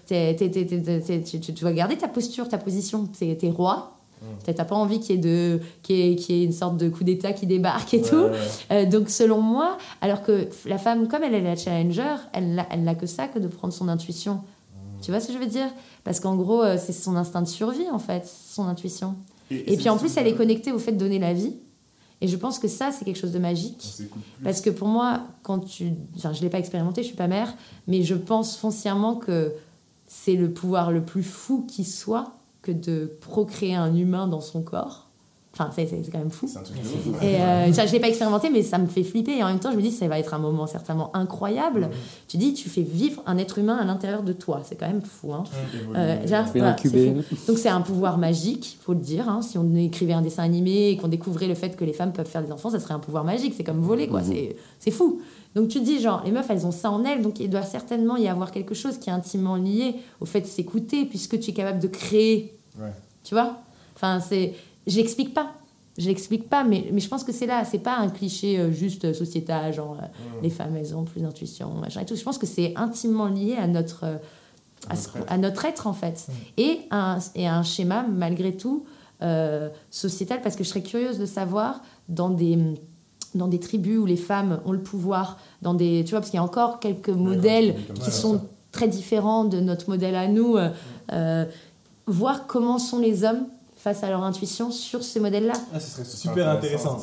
tu dois garder ta posture, ta position. T'es roi. T'as pas envie qu'il y ait une sorte de coup d'état qui débarque et tout. Donc, selon moi, alors que la femme, comme elle est la challenger, elle n'a que ça, que de prendre son intuition. Tu vois ce que je veux dire ? Parce qu'en gros, c'est son instinct de survie, en fait, son intuition. Et puis, en plus, elle est connectée au fait de donner la vie. Et je pense que ça, c'est quelque chose de magique. Parce que pour moi, je ne l'ai pas expérimenté, je ne suis pas mère, mais je pense foncièrement que c'est le pouvoir le plus fou qui soit que de procréer un humain dans son corps. Enfin, c'est quand même fou. C'est un truc de ouf. Et je ne l'ai pas expérimenté, mais ça me fait flipper. Et en même temps, je me dis, ça va être un moment certainement incroyable. Tu dis, tu fais vivre un être humain à l'intérieur de toi. C'est quand même fou. Hein. Donc, c'est un pouvoir magique, il faut le dire. Hein. Si on écrivait un dessin animé et qu'on découvrait le fait que les femmes peuvent faire des enfants, ça serait un pouvoir magique. C'est comme voler, quoi. C'est fou. Donc, tu te dis, genre, les meufs, elles ont ça en elles. Donc, il doit certainement y avoir quelque chose qui est intimement lié au fait de s'écouter, puisque tu es capable de créer. Ouais. Tu vois ? Enfin, c'est... Je l'explique pas, mais je pense que c'est là, c'est pas un cliché juste sociétal, genre les femmes elles ont plus d'intuition, machin et tout. Je pense que c'est intimement lié à notre être en fait, et un schéma malgré tout sociétal, parce que je serais curieuse de savoir dans des tribus où les femmes ont le pouvoir, tu vois, parce qu'il y a encore quelques modèles qui sont très différents de notre modèle à nous, voir comment sont les hommes face à leur intuition sur ces modèles-là. Ah, ce serait super intéressant.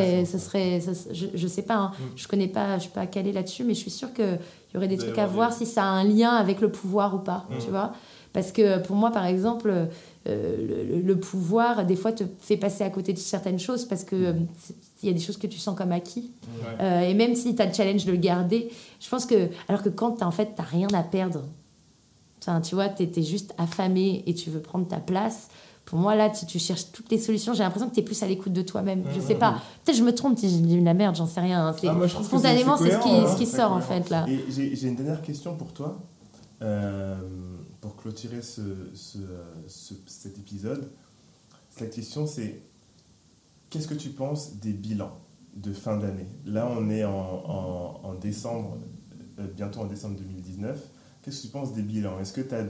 Je sais pas, hein, je connais pas, je suis pas calée là-dessus, mais je suis sûre qu'il y aurait des trucs à voir si ça a un lien avec le pouvoir ou pas, tu vois. Parce que pour moi, par exemple, le pouvoir, des fois, te fait passer à côté de certaines choses parce que il y a des choses que tu sens comme acquis. Et même si tu as le challenge de le garder, je pense que... Alors que quand t'as rien à perdre, enfin, tu vois, t'es juste affamé et tu veux prendre ta place... Pour moi, là, tu cherches toutes les solutions. J'ai l'impression que tu es plus à l'écoute de toi-même. Je sais pas. Peut-être je me trompe, j'ai dit la merde, j'en sais rien. Spontanément, c'est ce qui sort, en fait, là. Et j'ai une dernière question pour toi, pour clôturer cet épisode. Cette question, c'est qu'est-ce que tu penses des bilans de fin d'année ? Là, on est en décembre, bientôt en décembre 2019. Qu'est-ce que tu penses des bilans ? Est-ce que tu as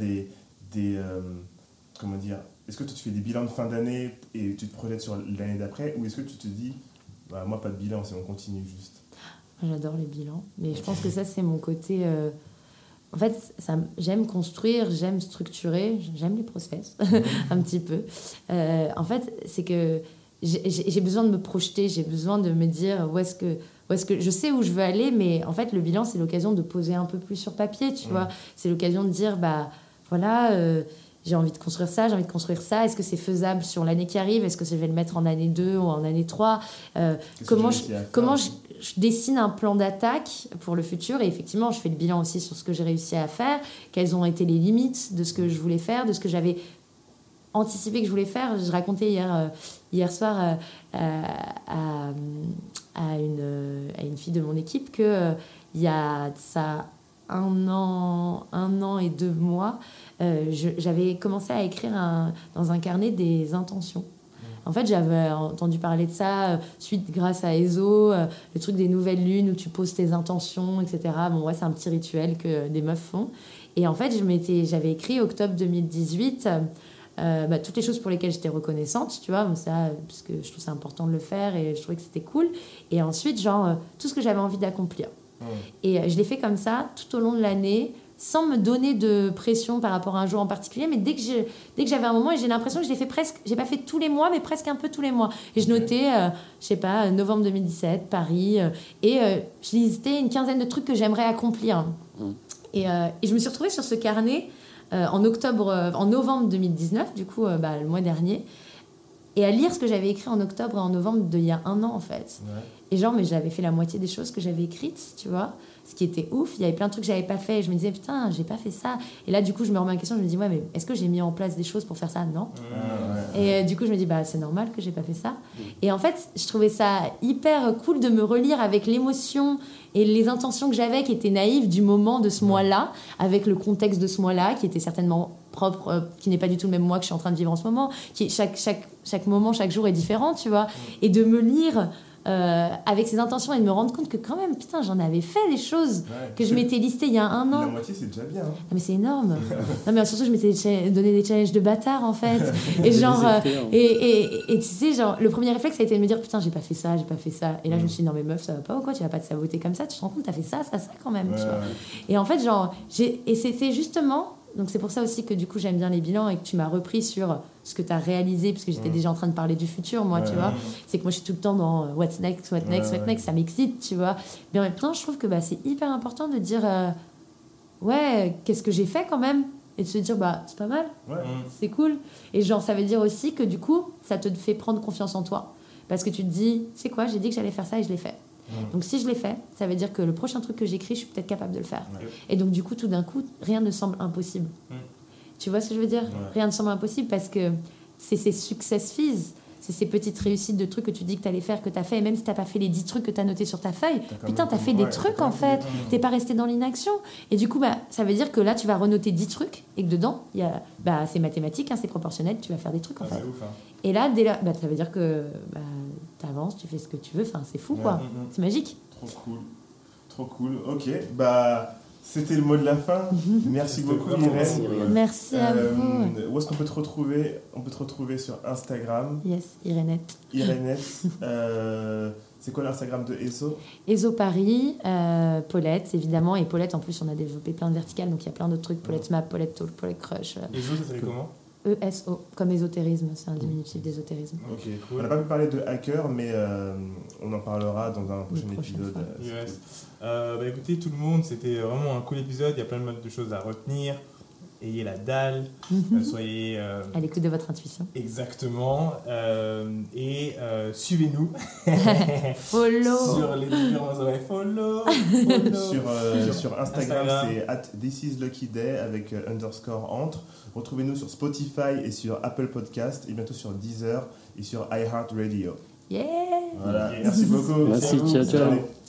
comment dire, est-ce que tu fais des bilans de fin d'année et tu te projettes sur l'année d'après, ou est-ce que tu te dis, bah, moi pas de bilan, c'est on continue juste ? J'adore les bilans, mais je pense que ça c'est mon côté... En fait, j'aime construire, j'aime structurer, j'aime les process, un petit peu. En fait, c'est que j'ai besoin de me projeter, j'ai besoin de me dire où est-ce que je sais où je veux aller, mais en fait, le bilan, c'est l'occasion de poser un peu plus sur papier, tu vois. C'est l'occasion de dire, bah voilà... j'ai envie de construire ça, j'ai envie de construire ça. Est-ce que c'est faisable sur l'année qui arrive ? Est-ce que je vais le mettre en année 2 ou en année 3 ? Comment je dessine un plan d'attaque pour le futur ? Et effectivement, je fais le bilan aussi sur ce que j'ai réussi à faire. Quelles ont été les limites de ce que je voulais faire, de ce que j'avais anticipé que je voulais faire. Je racontais hier soir à une fille de mon équipe qu'il y a ça... un an et 2 mois, j'avais commencé à écrire dans un carnet des intentions. En fait, j'avais entendu parler de ça grâce à Ezo, le truc des nouvelles lunes où tu poses tes intentions, etc. Bon, ouais, c'est un petit rituel que des meufs font. Et en fait, j'avais écrit octobre 2018 toutes les choses pour lesquelles j'étais reconnaissante, tu vois, ça, parce que je trouve ça important de le faire et je trouvais que c'était cool. Et ensuite, tout ce que j'avais envie d'accomplir. Et je l'ai fait comme ça tout au long de l'année, sans me donner de pression par rapport à un jour en particulier, mais dès que j'avais un moment, et j'ai l'impression que je l'ai fait j'ai pas fait tous les mois, mais presque un peu tous les mois. Et je notais, je sais pas, novembre 2017, Paris, je listais une quinzaine de trucs que j'aimerais accomplir. Et je me suis retrouvée sur ce carnet en novembre 2019, du coup, le mois dernier, et à lire ce que j'avais écrit en octobre et en novembre d'il y a 1 an, en fait. Ouais. Et mais j'avais fait la moitié des choses que j'avais écrites, tu vois, ce qui était ouf. Il y avait plein de trucs que j'avais pas fait et je me disais, putain, j'ai pas fait ça. Et là, du coup, je me remets en question, je me dis, ouais, mais est-ce que j'ai mis en place des choses pour faire ça ? Non. Et du coup, je me dis, bah, c'est normal que j'ai pas fait ça. Et en fait, je trouvais ça hyper cool de me relire avec l'émotion et les intentions que j'avais, qui étaient naïves du moment de ce mois-là, avec le contexte de ce mois-là, qui était certainement propre, qui n'est pas du tout le même mois que je suis en train de vivre en ce moment, chaque moment, chaque jour est différent, tu vois. Et de me lire avec ces intentions et de me rendre compte que quand même, putain, j'en avais fait des choses que je m'étais listées il y a 1 an. La moitié, c'est déjà bien. Hein. Non, mais c'est énorme. Non, mais surtout, je m'étais donné des challenges de bâtard, en fait. Et genre, et tu sais, genre, le premier réflexe, ça a été de me dire, putain, j'ai pas fait ça. Et là, je me suis dit, non, mais meuf, ça va pas ou quoi ? Tu vas pas te saboter comme ça. Tu te rends compte, t'as fait ça quand même. Tu vois. Et en fait, genre, et c'était justement... Donc c'est pour ça aussi que du coup j'aime bien les bilans et que tu m'as repris sur ce que tu as réalisé, parce que j'étais déjà en train de parler du futur, moi, tu vois. C'est que moi je suis tout le temps dans what's next, ça m'excite, tu vois. Mais en même temps, je trouve que c'est hyper important de dire qu'est-ce que j'ai fait quand même ? et de se dire bah c'est pas mal, Ouais. c'est cool. Et genre ça veut dire aussi que du coup ça te fait prendre confiance en toi parce que tu te dis c'est quoi, j'ai dit que j'allais faire ça et je l'ai fait. Donc si je l'ai fait, ça veut dire que le prochain truc que j'écris, je suis peut-être capable de le faire. Ouais. Et donc du coup tout d'un coup rien ne semble impossible. Tu vois ce que je veux dire? Rien ne semble impossible parce que c'est ces success fees, c'est ces petites réussites de trucs que tu dis que tu allais faire, que tu as fait, et même si tu n'as pas fait les 10 trucs que tu as notés sur ta feuille, putain, tu as fait des trucs en fait, tu n'es pas resté dans l'inaction. Et du coup, bah, ça veut dire que là, tu vas renoter 10 trucs, et que dedans, il y a, bah, c'est mathématique, hein, c'est proportionnel, tu vas faire des trucs en fait. Ouf, hein. Et là, dès là bah, ça veut dire que bah, tu avances, tu fais ce que tu veux, enfin, c'est fou quoi, c'est magique. Trop cool. Ok, bah c'était le mot de la fin. Merci beaucoup, Irène. Merci à vous. Où est-ce qu'on peut te retrouver? On peut te retrouver sur Instagram. Yes, Irénette. Irénette. C'est quoi l'Instagram de ESO? ESO Paris, Paulette évidemment, et Paulette en plus on a développé plein de verticales, donc il y a plein d'autres trucs, Paulette Map, Paulette Talk, Paulette Crush. ESO, ça s'appelle comment? ESO, comme ésotérisme, c'est un diminutif d'ésotérisme. Ok, cool. On n'a pas pu parler de hacker, mais on en parlera dans un prochain épisode. Yes. Bah écoutez tout le monde, c'était vraiment un cool épisode, il y a plein de choses à retenir. Ayez la dalle, soyez... à l'écoute de votre intuition. Exactement. Et suivez-nous. Follow. Sur les différents follow. Sur Instagram, c'est @thisisluckyday avec underscore entre. Retrouvez-nous sur Spotify et sur Apple Podcast et bientôt sur Deezer et sur iHeartRadio. Yeah. Voilà, merci beaucoup. Merci, ciao. Allez.